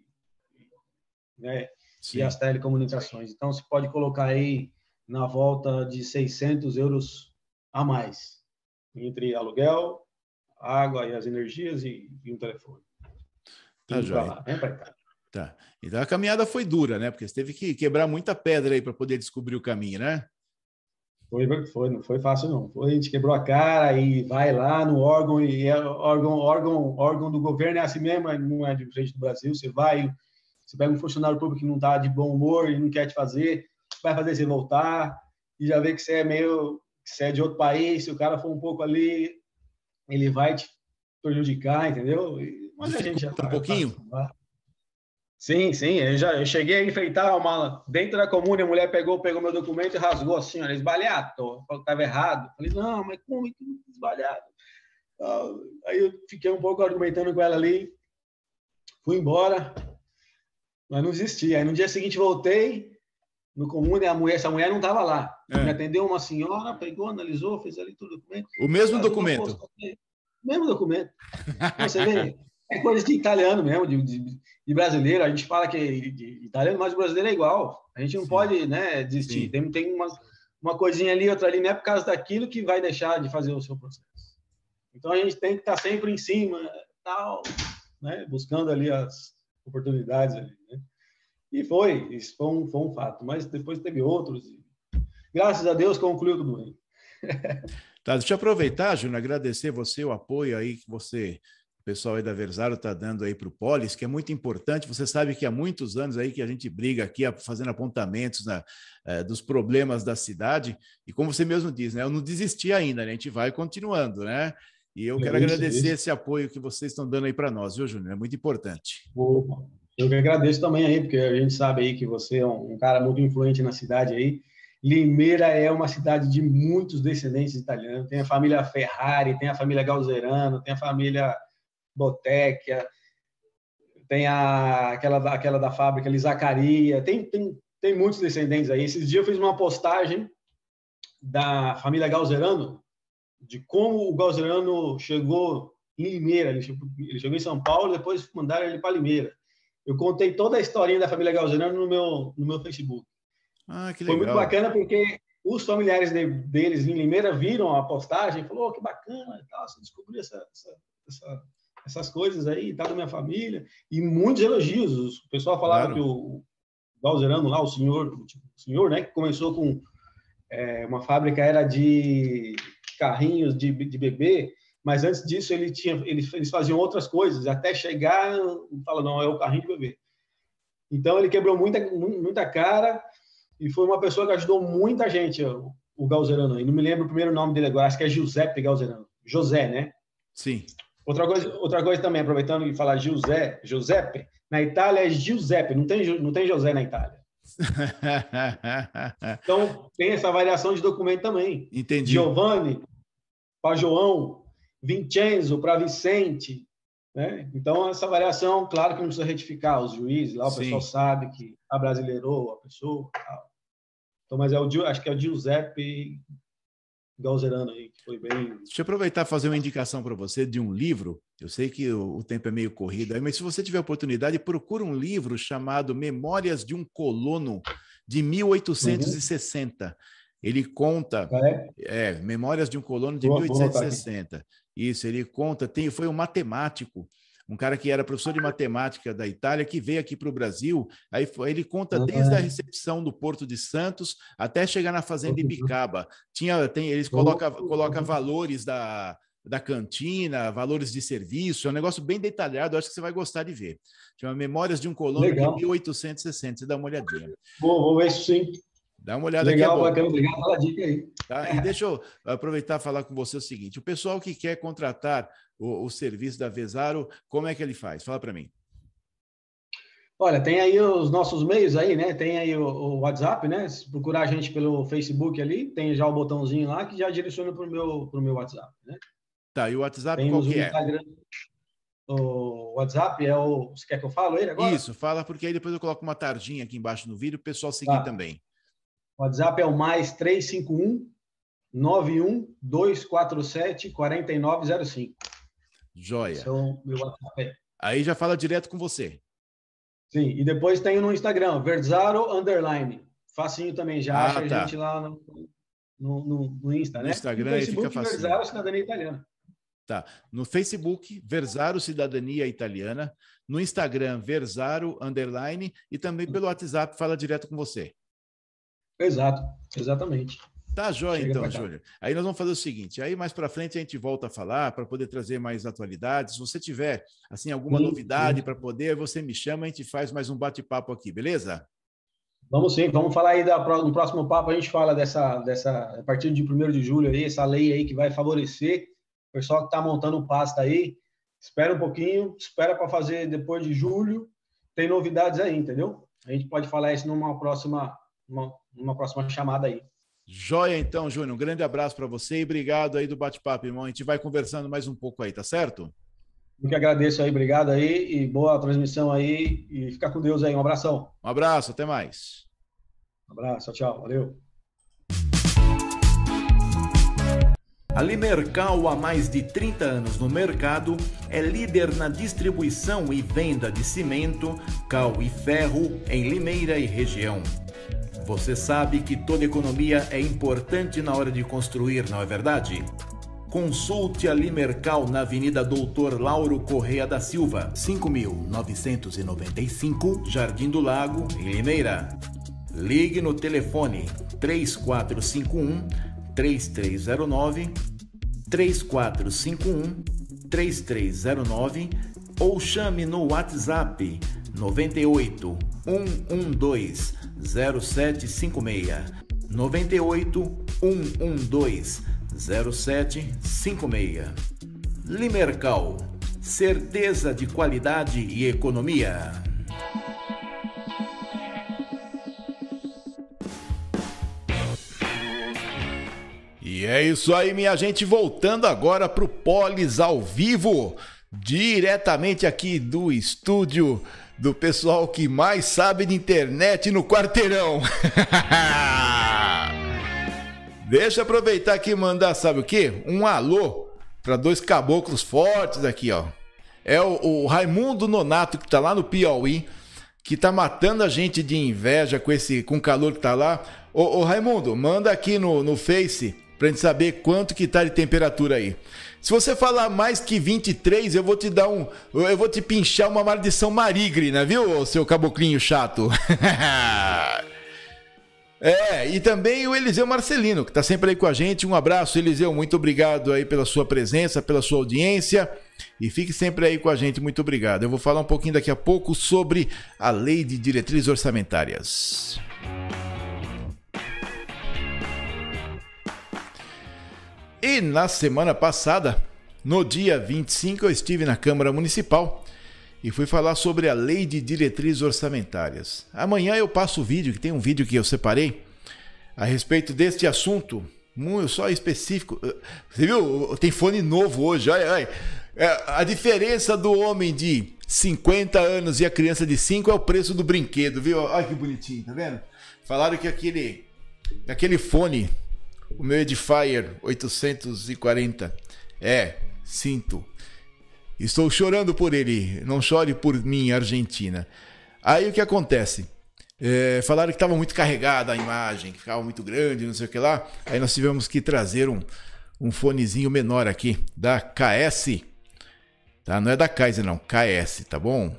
né, e as telecomunicações. Então, você pode colocar aí na volta de seiscentos euros a mais, entre aluguel, água e as energias e, e um telefone. Tá, joia. Lá, vem pra cá. Tá. Então a caminhada foi dura, né? Porque você teve que quebrar muita pedra aí para poder descobrir o caminho, né? Foi, foi, não foi fácil, não. Foi, a gente quebrou a cara e vai lá no órgão, e é, órgão, órgão, órgão do governo é assim mesmo, não é diferente do Brasil. Você vai, você pega um funcionário público que não está de bom humor e não quer te fazer, vai fazer você voltar, e já vê que você é meio, que você é de outro país, se o cara for um pouco ali, ele vai te prejudicar, entendeu? Mas a gente já tá um pouquinho. Tá, sim, sim, eu já eu cheguei a enfeitar uma mala dentro da comuna, a mulher pegou, pegou meu documento e rasgou assim, olha, esbalhado, falou que estava errado. Falei, não, mas como que esbalhado? Aí eu fiquei um pouco argumentando com ela ali, fui embora, mas não desisti. Aí no dia seguinte voltei no comune, a mulher, essa mulher não estava lá. É. Me atendeu uma senhora, pegou, analisou, fez ali tudo o documento. O mesmo documento? O mesmo documento. Você vê, é coisa de italiano mesmo, de, de, de brasileiro. A gente fala que é de italiano, mas o brasileiro é igual. A gente não Sim. pode, né, desistir. Sim. Tem, tem uma, uma coisinha ali, outra ali, não é por causa daquilo que vai deixar de fazer o seu processo. Então a gente tem que estar sempre em cima, tal, né, buscando ali as oportunidades ali, né? E foi, isso foi um, foi um fato. Mas depois teve outros. E, graças a Deus concluiu tudo bem. Tá, deixa eu aproveitar, Júnior, agradecer você, o apoio aí que você, o pessoal aí da Verzaro está dando aí para o Polis, que é muito importante. Você sabe que há muitos anos aí que a gente briga aqui, fazendo apontamentos na, eh, dos problemas da cidade, e como você mesmo diz, né, eu não desisti ainda, né, a gente vai continuando, né? E eu é quero isso, agradecer isso. esse apoio que vocês estão dando aí para nós, viu, Júnior? É muito importante. Opa, eu que agradeço também aí, porque a gente sabe aí que você é um, um cara muito influente na cidade aí. Limeira é uma cidade de muitos descendentes italianos. Tem a família Ferrari, tem a família Galzerano, tem a família Bottecchia, tem a, aquela, aquela da fábrica Lisacaria, tem, tem, tem muitos descendentes aí. Esses dias eu fiz uma postagem da família Galzerano, de como o Galzerano chegou em Limeira. Ele chegou, ele chegou em São Paulo, depois mandaram ele para Limeira. Eu contei toda a historinha da família Galzerano no meu, no meu Facebook. Ah, que legal. Foi muito bacana porque os familiares de, deles em Limeira viram a postagem e falaram, oh, que bacana, e tal, você descobriu essa, essa, essa, essas coisas aí, tá da minha família. E muitos elogios. O pessoal falava claro. que o Galzerano lá, o senhor, o senhor, né, que começou com é, uma fábrica, era de carrinhos de, de bebê, mas antes disso ele tinha, eles, eles faziam outras coisas, até chegar, fala, não, é o carrinho de bebê. Então ele quebrou muita, muita cara e foi uma pessoa que ajudou muita gente, o, o Galzerano. E não me lembro o primeiro nome dele agora, acho que é Giuseppe Galzerano. José, né? Sim. Outra coisa, outra coisa também, aproveitando e falar Giuseppe, Giuseppe, na Itália é Giuseppe, não tem, não tem José na Itália. Então tem essa variação de documento também. Entendi. Giovanni para João, Vincenzo para Vicente, né? Então essa variação, claro que não precisa retificar os juízes, lá o Sim. pessoal sabe que abrasileirou a pessoa, tal. Então, mas é o acho que é o Giuseppe Galzerano aí, que foi bem. Deixa eu aproveitar e fazer uma indicação para você de um livro. Eu sei que o, o tempo é meio corrido aí, mas se você tiver oportunidade, procura um livro chamado Memórias de um Colono, de mil oitocentos e sessenta. Uhum. Ele conta, é? é, Memórias de um Colono de mil oitocentos e sessenta. Isso, ele conta, tem, foi um matemático, um cara que era professor de matemática da Itália, que veio aqui para o Brasil, aí foi, ele conta uhum. desde a recepção do Porto de Santos até chegar na fazenda Ibicaba. Tinha, tem, eles colocam coloca valores da, da cantina, valores de serviço, é um negócio bem detalhado, acho que você vai gostar de ver. Chama Memórias de um Colono Legal. de mil oitocentos e sessenta, você dá uma olhadinha. Vou, vou ver isso sim. Dá uma olhada Legal, aqui. Legal, obrigado pela dica aí. Tá? E deixa eu aproveitar e falar com você o seguinte, o pessoal que quer contratar o, o serviço da Verzaro, como é que ele faz? Fala para mim. Olha, tem aí os nossos meios aí, né? Tem aí o, o WhatsApp, né? Se procurar a gente pelo Facebook ali, tem já o botãozinho lá que já direciona para o meu, pro meu WhatsApp, né? Tá, e o WhatsApp Temos qual que o é? Instagram. O WhatsApp é o... Você quer que eu fale ele agora? Isso, fala, porque aí depois eu coloco uma tardinha aqui embaixo no vídeo, o pessoal seguir Tá. também. O WhatsApp é o mais três cinco um, nove um, dois quatro sete, quatro nove zero cinco. Joia. Esse é o meu WhatsApp. Aí já fala direto com você. Sim, e depois tem no Instagram, Verzaro Underline. Facinho também, já Ah, acha tá. a gente lá no, no, no, no Insta, No né? Instagram no aí fica Facebook, facinho. Verzaro Cidadania Italiana. Tá. No Facebook, Verzaro Cidadania Italiana. No Instagram, Verzaro Underline. E também pelo WhatsApp, fala direto com você. Exato, exatamente. Tá, joia, Chega então, pra cá. Júnior. Aí nós vamos fazer o seguinte, aí mais para frente a gente volta a falar para poder trazer mais atualidades. Se você tiver, assim, alguma Sim, novidade sim. para poder, você me chama, a gente faz mais um bate-papo aqui, beleza? Vamos sim, vamos falar aí da, no próximo papo, a gente fala dessa, dessa, a partir de primeiro de julho aí, essa lei aí que vai favorecer o pessoal que está montando o pasta aí. Espera um pouquinho, espera para fazer depois de julho, tem novidades aí, entendeu? A gente pode falar isso numa próxima, numa, numa próxima chamada aí. Joia, então, Júnior. Um grande abraço para você e obrigado aí do bate-papo, irmão. A gente vai conversando mais um pouco aí, tá certo? Eu que agradeço aí, obrigado aí e boa transmissão aí e fica com Deus aí. Um abração. Um abraço, até mais. Um abraço, tchau, valeu. A Limercal, há mais de trinta anos no mercado, é líder na distribuição e venda de cimento, cal e ferro em Limeira e região. Você sabe que toda economia é importante na hora de construir, não é verdade? Consulte a Limercal na Avenida Doutor Lauro Correia da Silva, cinco mil novecentos e noventa e cinco, Jardim do Lago, em Limeira. Ligue no telefone três quatro cinco um, três três zero nove, três quatro cinco um, três três zero nove ou chame no WhatsApp noventa e oito, um um dois, zero sete cinco seis, noventa e oito, um um dois, zero sete cinco seis. Limercal, certeza de qualidade e economia. E é isso aí, minha gente, voltando agora para o Polis ao vivo, diretamente aqui do estúdio do pessoal que mais sabe de internet no quarteirão. Deixa eu aproveitar aqui e mandar, sabe o quê? Um alô para dois caboclos fortes aqui, ó. É o, o Raimundo Nonato, que tá lá no Piauí, que tá matando a gente de inveja com esse com o calor que tá lá. Ô, ô Raimundo, manda aqui no, no Face pra gente saber quanto que tá de temperatura aí. Se você falar mais que vinte e três, eu vou te dar um... Eu vou te pinchar uma maldição maligna, viu, seu caboclinho chato? É, e também o Eliseu Marcelino, que tá sempre aí com a gente. Um abraço, Eliseu, muito obrigado aí pela sua presença, pela sua audiência. E fique sempre aí com a gente, muito obrigado. Eu vou falar um pouquinho daqui a pouco sobre a Lei de Diretrizes Orçamentárias. E na semana passada, no dia vinte e cinco, eu estive na Câmara Municipal e fui falar sobre a Lei de Diretrizes Orçamentárias. Amanhã eu passo o vídeo, que tem um vídeo que eu separei a respeito deste assunto, muito só específico. Você viu? Tem fone novo hoje, olha, olha. A diferença do homem de cinquenta anos e a criança de cinco é o preço do brinquedo, viu? Olha que bonitinho, tá vendo? Falaram que aquele, aquele fone... O meu Edifier oitocentos e quarenta. É, sinto. Estou chorando por ele. Não chore por mim, Argentina. Aí o que acontece? É, falaram que estava muito carregada a imagem, que ficava muito grande, não sei o que lá. Aí nós tivemos que trazer um, um fonezinho menor aqui, da K S. Tá? Não é da Kaiser, não. K S, tá bom?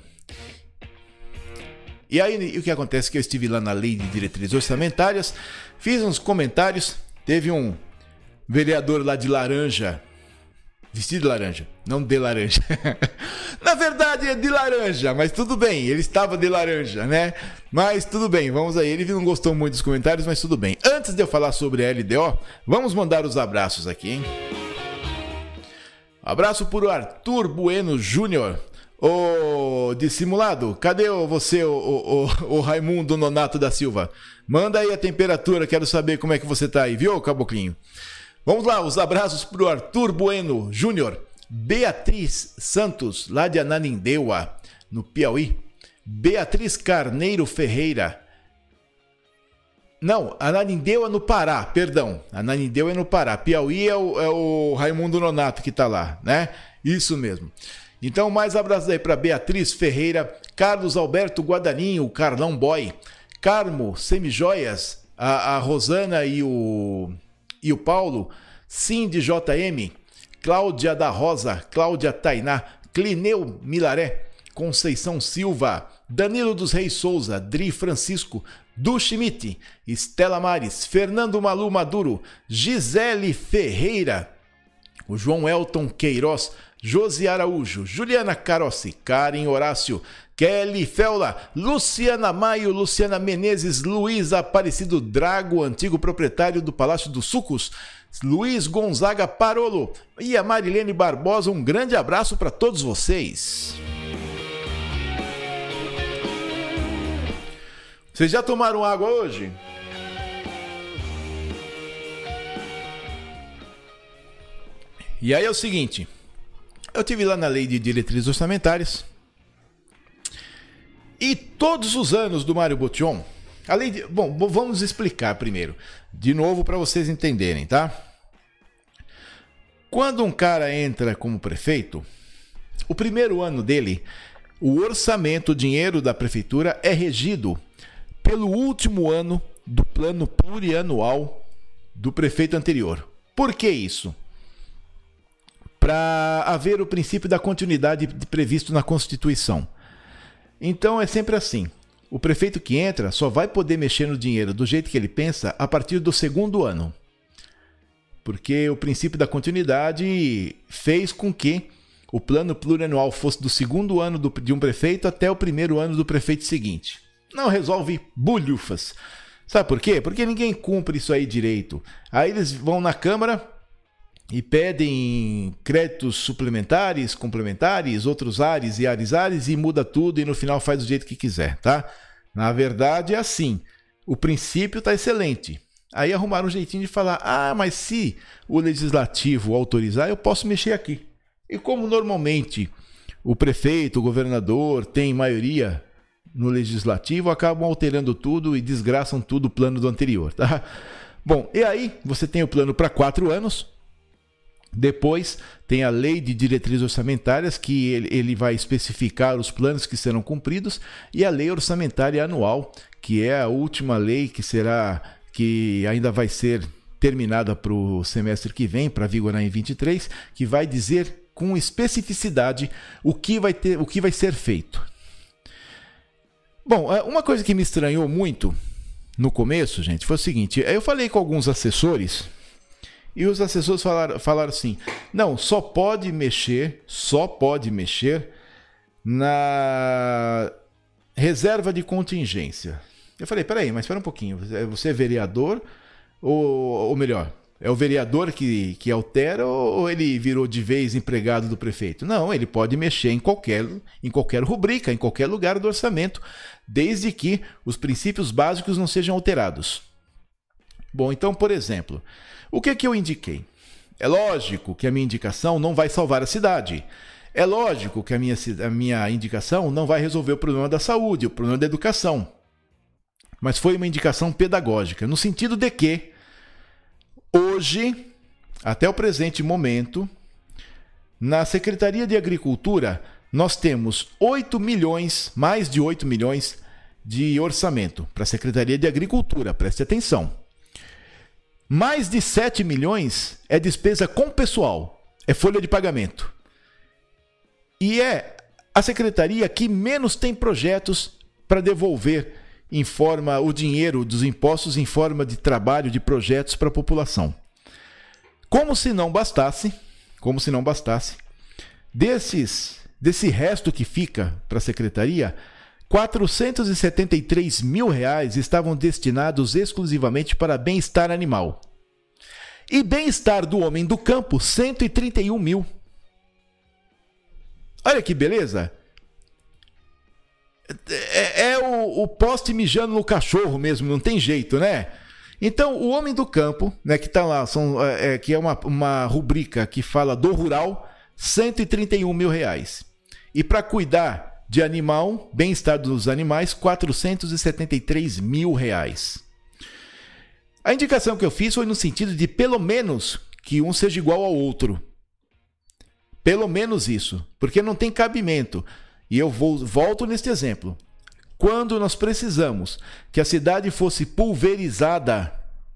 E aí o que acontece? Que eu estive lá na Lei de Diretrizes Orçamentárias, fiz uns comentários. Teve um vereador lá de laranja, vestido de laranja, não de laranja. Na verdade é de laranja, mas tudo bem, ele estava de laranja, né? Mas tudo bem, vamos aí. Ele não gostou muito dos comentários, mas tudo bem. Antes de eu falar sobre a L D O, vamos mandar os abraços aqui, hein? Abraço para o Arthur Bueno Júnior. Ô, dissimulado, cadê você, o, o, o, o Raimundo Nonato da Silva? Manda aí a temperatura, quero saber como é que você tá aí, viu, caboclinho? Vamos lá, os abraços para o Arthur Bueno Júnior, Beatriz Santos, lá de Ananindeua, no Piauí, Beatriz Carneiro Ferreira, não, Ananindeua no Pará, perdão, Ananindeua é no Pará, Piauí é o, é o Raimundo Nonato que está lá, né? Isso mesmo. Então, mais abraços aí para Beatriz Ferreira, Carlos Alberto Guadarinho, o Carlão Boy, Carmo Semijoias, a, a Rosana e o, e o Paulo, Cindy J M, Cláudia da Rosa, Cláudia Tainá, Clineu Milaré, Conceição Silva, Danilo dos Reis Souza, Dri Francisco, Du Schmidt, Estela Mares, Fernando Malu Maduro, Gisele Ferreira, o João Elton Queiroz, Josi Araújo, Juliana Carossi, Karen Horácio, Kelly Feula, Luciana Maio, Luciana Menezes, Luiz Aparecido Drago, antigo proprietário do Palácio dos Sucos, Luiz Gonzaga Parolo e a Marilene Barbosa. Um grande abraço para todos vocês. Vocês já tomaram água hoje? E aí é o seguinte, eu tive lá na Lei de Diretrizes Orçamentárias e todos os anos do Mário Botion, a lei de, bom, vamos explicar primeiro, de novo para vocês entenderem, tá? Quando um cara entra como prefeito, o primeiro ano dele, o orçamento, o dinheiro da prefeitura é regido pelo último ano do plano plurianual do prefeito anterior. Por que isso? Para haver o princípio da continuidade previsto na Constituição. Então é sempre assim. O prefeito que entra só vai poder mexer no dinheiro do jeito que ele pensa a partir do segundo ano. Porque o princípio da continuidade fez com que o plano plurianual fosse do segundo ano do, de um prefeito até o primeiro ano do prefeito seguinte. Não resolve bulhufas. Sabe por quê? Porque ninguém cumpre isso aí direito. Aí eles vão na Câmara e pedem créditos suplementares, complementares, outros ares e ares ares e muda tudo e no final faz do jeito que quiser, tá? Na verdade é assim, o princípio está excelente. Aí arrumaram um jeitinho de falar, ah, mas se o legislativo autorizar, eu posso mexer aqui. E como normalmente o prefeito, o governador tem maioria no legislativo, acabam alterando tudo e desgraçam tudo o plano do anterior, tá? Bom, e aí você tem o plano para quatro anos. Depois tem a Lei de Diretrizes Orçamentárias, que ele, ele vai especificar os planos que serão cumpridos, e a Lei Orçamentária Anual, que é a última lei que será, que ainda vai ser terminada para o semestre que vem, para vigorar em vinte e três, que vai dizer com especificidade o que vai ter, o que vai ser feito. Bom, uma coisa que me estranhou muito no começo, gente, foi o seguinte, eu falei com alguns assessores. E os assessores falaram, falaram assim, não, só pode mexer, só pode mexer na reserva de contingência. Eu falei, peraí, mas espera um pouquinho, você é vereador, ou, ou melhor, é o vereador que, que altera ou ele virou de vez empregado do prefeito? Não, ele pode mexer em qualquer, em qualquer rubrica, em qualquer lugar do orçamento, desde que os princípios básicos não sejam alterados. Bom, então, por exemplo, o que, que eu indiquei? É lógico que a minha indicação não vai salvar a cidade. É lógico que a minha, a minha indicação não vai resolver o problema da saúde, o problema da educação. Mas foi uma indicação pedagógica, no sentido de que, hoje, até o presente momento, na Secretaria de Agricultura, nós temos oito milhões, mais de oito milhões de orçamento para a Secretaria de Agricultura, preste atenção. Mais de sete milhões é despesa com pessoal, é folha de pagamento. E é a secretaria que menos tem projetos para devolver em forma o dinheiro dos impostos em forma de trabalho, de projetos para a população. Como se não bastasse, como se não bastasse, desses, desse resto que fica para a secretaria, quatrocentos e setenta e três mil reais estavam destinados exclusivamente para bem-estar animal. E bem-estar do homem do campo, cento e trinta e um mil. Olha que beleza. É, é o, o poste mijando no cachorro mesmo, não tem jeito, né? Então, o homem do campo, né, que está lá, são, é, que é uma, uma rubrica que fala do rural, cento e trinta e um mil reais. E para cuidar de animal, bem-estar dos animais, quatrocentos e setenta e três mil reais. A indicação que eu fiz foi no sentido de pelo menos que um seja igual ao outro. Pelo menos isso, porque não tem cabimento. E eu vou, volto neste exemplo. Quando nós precisamos que a cidade fosse pulverizada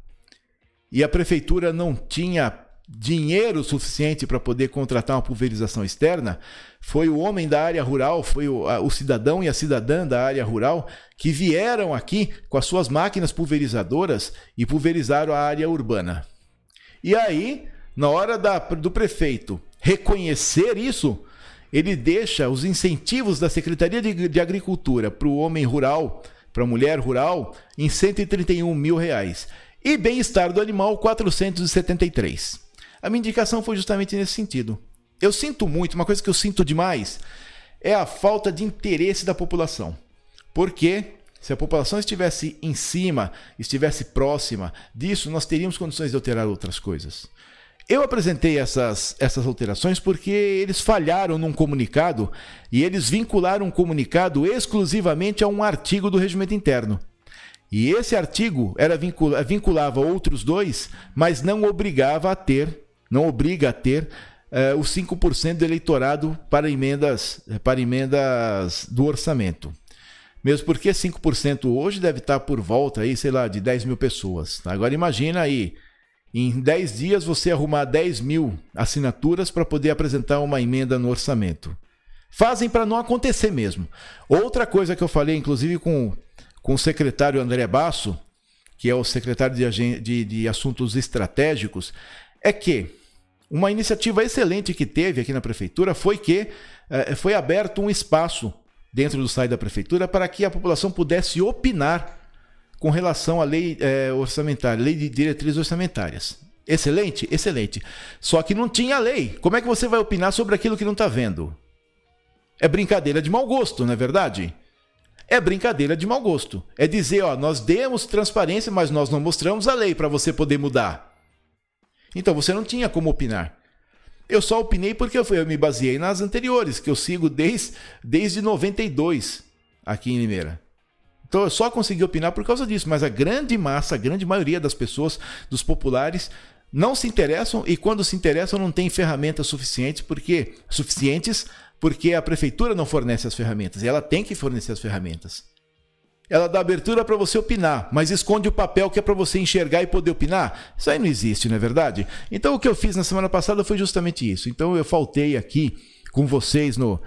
e a prefeitura não tinha dinheiro suficiente para poder contratar uma pulverização externa, foi o homem da área rural, foi o, a, o cidadão e a cidadã da área rural que vieram aqui com as suas máquinas pulverizadoras e pulverizaram a área urbana. E aí, na hora da, do prefeito reconhecer isso, ele deixa os incentivos da Secretaria de, de Agricultura para o homem rural, para a mulher rural, em cento e trinta e um mil reais. E bem-estar do animal, quatrocentos e setenta e três. A minha indicação foi justamente nesse sentido. Eu sinto muito, uma coisa que eu sinto demais é a falta de interesse da população. Porque se a população estivesse em cima, estivesse próxima disso, nós teríamos condições de alterar outras coisas. Eu apresentei essas, essas alterações porque eles falharam num comunicado e eles vincularam um comunicado exclusivamente a um artigo do regimento interno. E esse artigo era vincula, vinculava outros dois, mas não obrigava a ter, não obriga a ter uh, os cinco por cento do eleitorado para emendas, para emendas do orçamento. Mesmo porque cinco por cento hoje deve estar por volta aí, sei lá, de dez mil pessoas. Agora imagina aí, em dez dias você arrumar dez mil assinaturas para poder apresentar uma emenda no orçamento. Fazem para não acontecer mesmo. Outra coisa que eu falei, inclusive com, com o secretário André Basso, que é o secretário de, de, de Assuntos Estratégicos, é que uma iniciativa excelente que teve aqui na prefeitura foi que eh, foi aberto um espaço dentro do site da prefeitura para que a população pudesse opinar com relação à lei é, orçamentária, lei de diretrizes orçamentárias. Excelente? Excelente. Só que não tinha lei. Como é que você vai opinar sobre aquilo que não está vendo? É brincadeira de mau gosto, não é verdade? É brincadeira de mau gosto. É dizer, ó, nós demos transparência, mas nós não mostramos a lei para você poder mudar. Então você não tinha como opinar. Eu só opinei porque eu, fui, eu me baseei nas anteriores, que eu sigo desde, desde noventa e dois aqui em Limeira. Então eu só consegui opinar por causa disso, mas a grande massa, a grande maioria das pessoas, dos populares, não se interessam e quando se interessam não tem ferramentas suficientes porque, suficientes porque a prefeitura não fornece as ferramentas e ela tem que fornecer as ferramentas. Ela dá abertura para você opinar, mas esconde o papel que é para você enxergar e poder opinar. Isso aí não existe, não é verdade? Então o que eu fiz na semana passada foi justamente isso. Então eu faltei aqui com vocês no,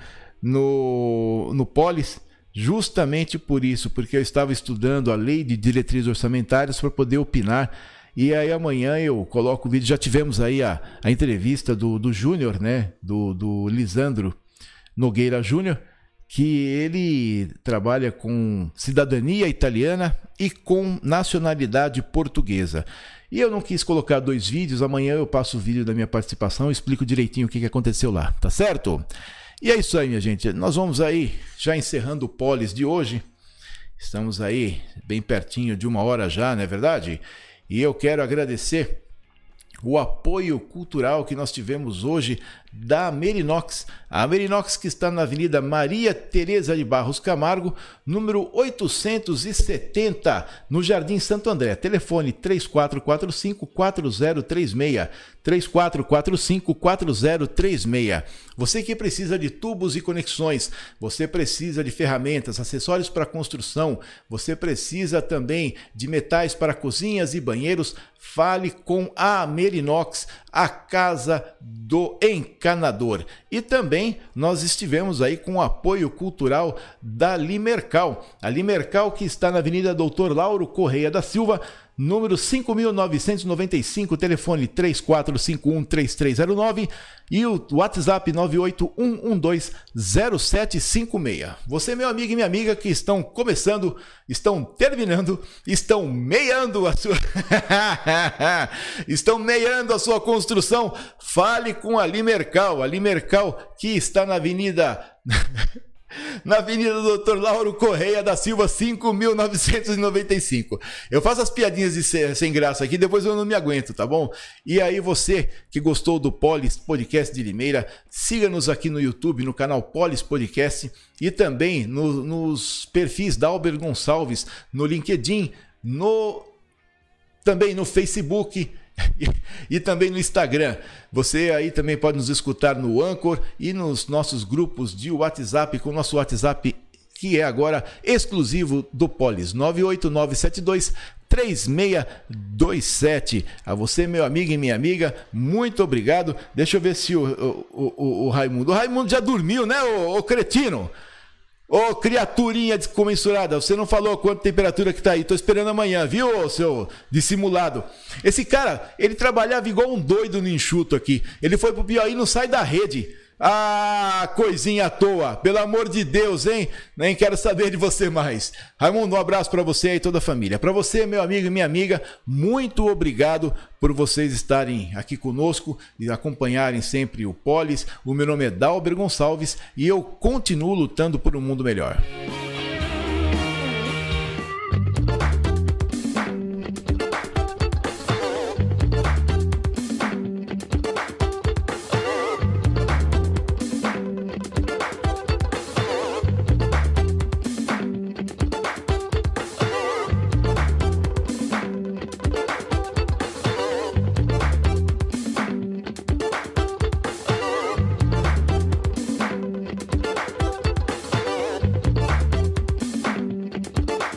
no, no Polis, justamente por isso, porque eu estava estudando a lei de diretrizes orçamentárias para poder opinar. E aí amanhã eu coloco o vídeo. Já tivemos aí a, a entrevista do, do Júnior, né? Do, do Lisandro Nogueira Júnior, que ele trabalha com cidadania italiana e com nacionalidade portuguesa. E eu não quis colocar dois vídeos. Amanhã eu passo o vídeo da minha participação e explico direitinho o que aconteceu lá, tá certo? E é isso aí, minha gente. Nós vamos aí, já encerrando o Polis de hoje. Estamos aí bem pertinho de uma hora já, não é verdade? E eu quero agradecer o apoio cultural que nós tivemos hoje da Merinox. A Merinox que está na Avenida Maria Tereza de Barros Camargo, número oitocentos e setenta, no Jardim Santo André. Telefone três quatro quatro cinco, quatro zero três seis, três quatro quatro cinco, quatro zero três seis. Você que precisa de tubos e conexões, você precisa de ferramentas, acessórios para construção, você precisa também de metais para cozinhas e banheiros, fale com a Merinox, a casa do encanador. E também nós estivemos aí com o apoio cultural da Limercal. A Limercal que está na Avenida Doutor Lauro Correia da Silva, número cinco mil novecentos e noventa e cinco, telefone três quatro cinco um, três três zero nove e o WhatsApp nove oito um um dois zero sete cinco seis. Você, meu amigo e minha amiga, que estão começando, estão terminando, estão meiando a sua estão meiando a sua construção, fale com a Limercal. A Limercal que está na Avenida Na Avenida doutor Lauro Correia da Silva, cinco mil novecentos e noventa e cinco. Eu faço as piadinhas de ser, sem graça aqui, depois eu não me aguento, tá bom? E aí você que gostou do Polis Podcast de Limeira, siga-nos aqui no YouTube, no canal Polis Podcast e também no, nos perfis da Alber Gonçalves, no LinkedIn, no, também no Facebook e, e também no Instagram. Você aí também pode nos escutar no Anchor e nos nossos grupos de WhatsApp, com o nosso WhatsApp que é agora exclusivo do Polis, nove oito nove sete dois três seis dois sete. A você, meu amigo e minha amiga, muito obrigado. Deixa eu ver se o, o, o, o Raimundo... O Raimundo já dormiu, né, ô, ô cretino? Ô, criaturinha descomensurada, você não falou quanta temperatura que tá aí. Tô esperando amanhã, viu, seu dissimulado? Esse cara, ele trabalhava igual um doido no enxuto aqui. Ele foi pro Piauí e não sai da rede. Ah, coisinha à toa. Pelo amor de Deus, hein? Nem quero saber de você mais. Raimundo, um abraço para você e toda a família. Para você, meu amigo e minha amiga, muito obrigado por vocês estarem aqui conosco e acompanharem sempre o Polis. O meu nome é Dalber Gonçalves e eu continuo lutando por um mundo melhor.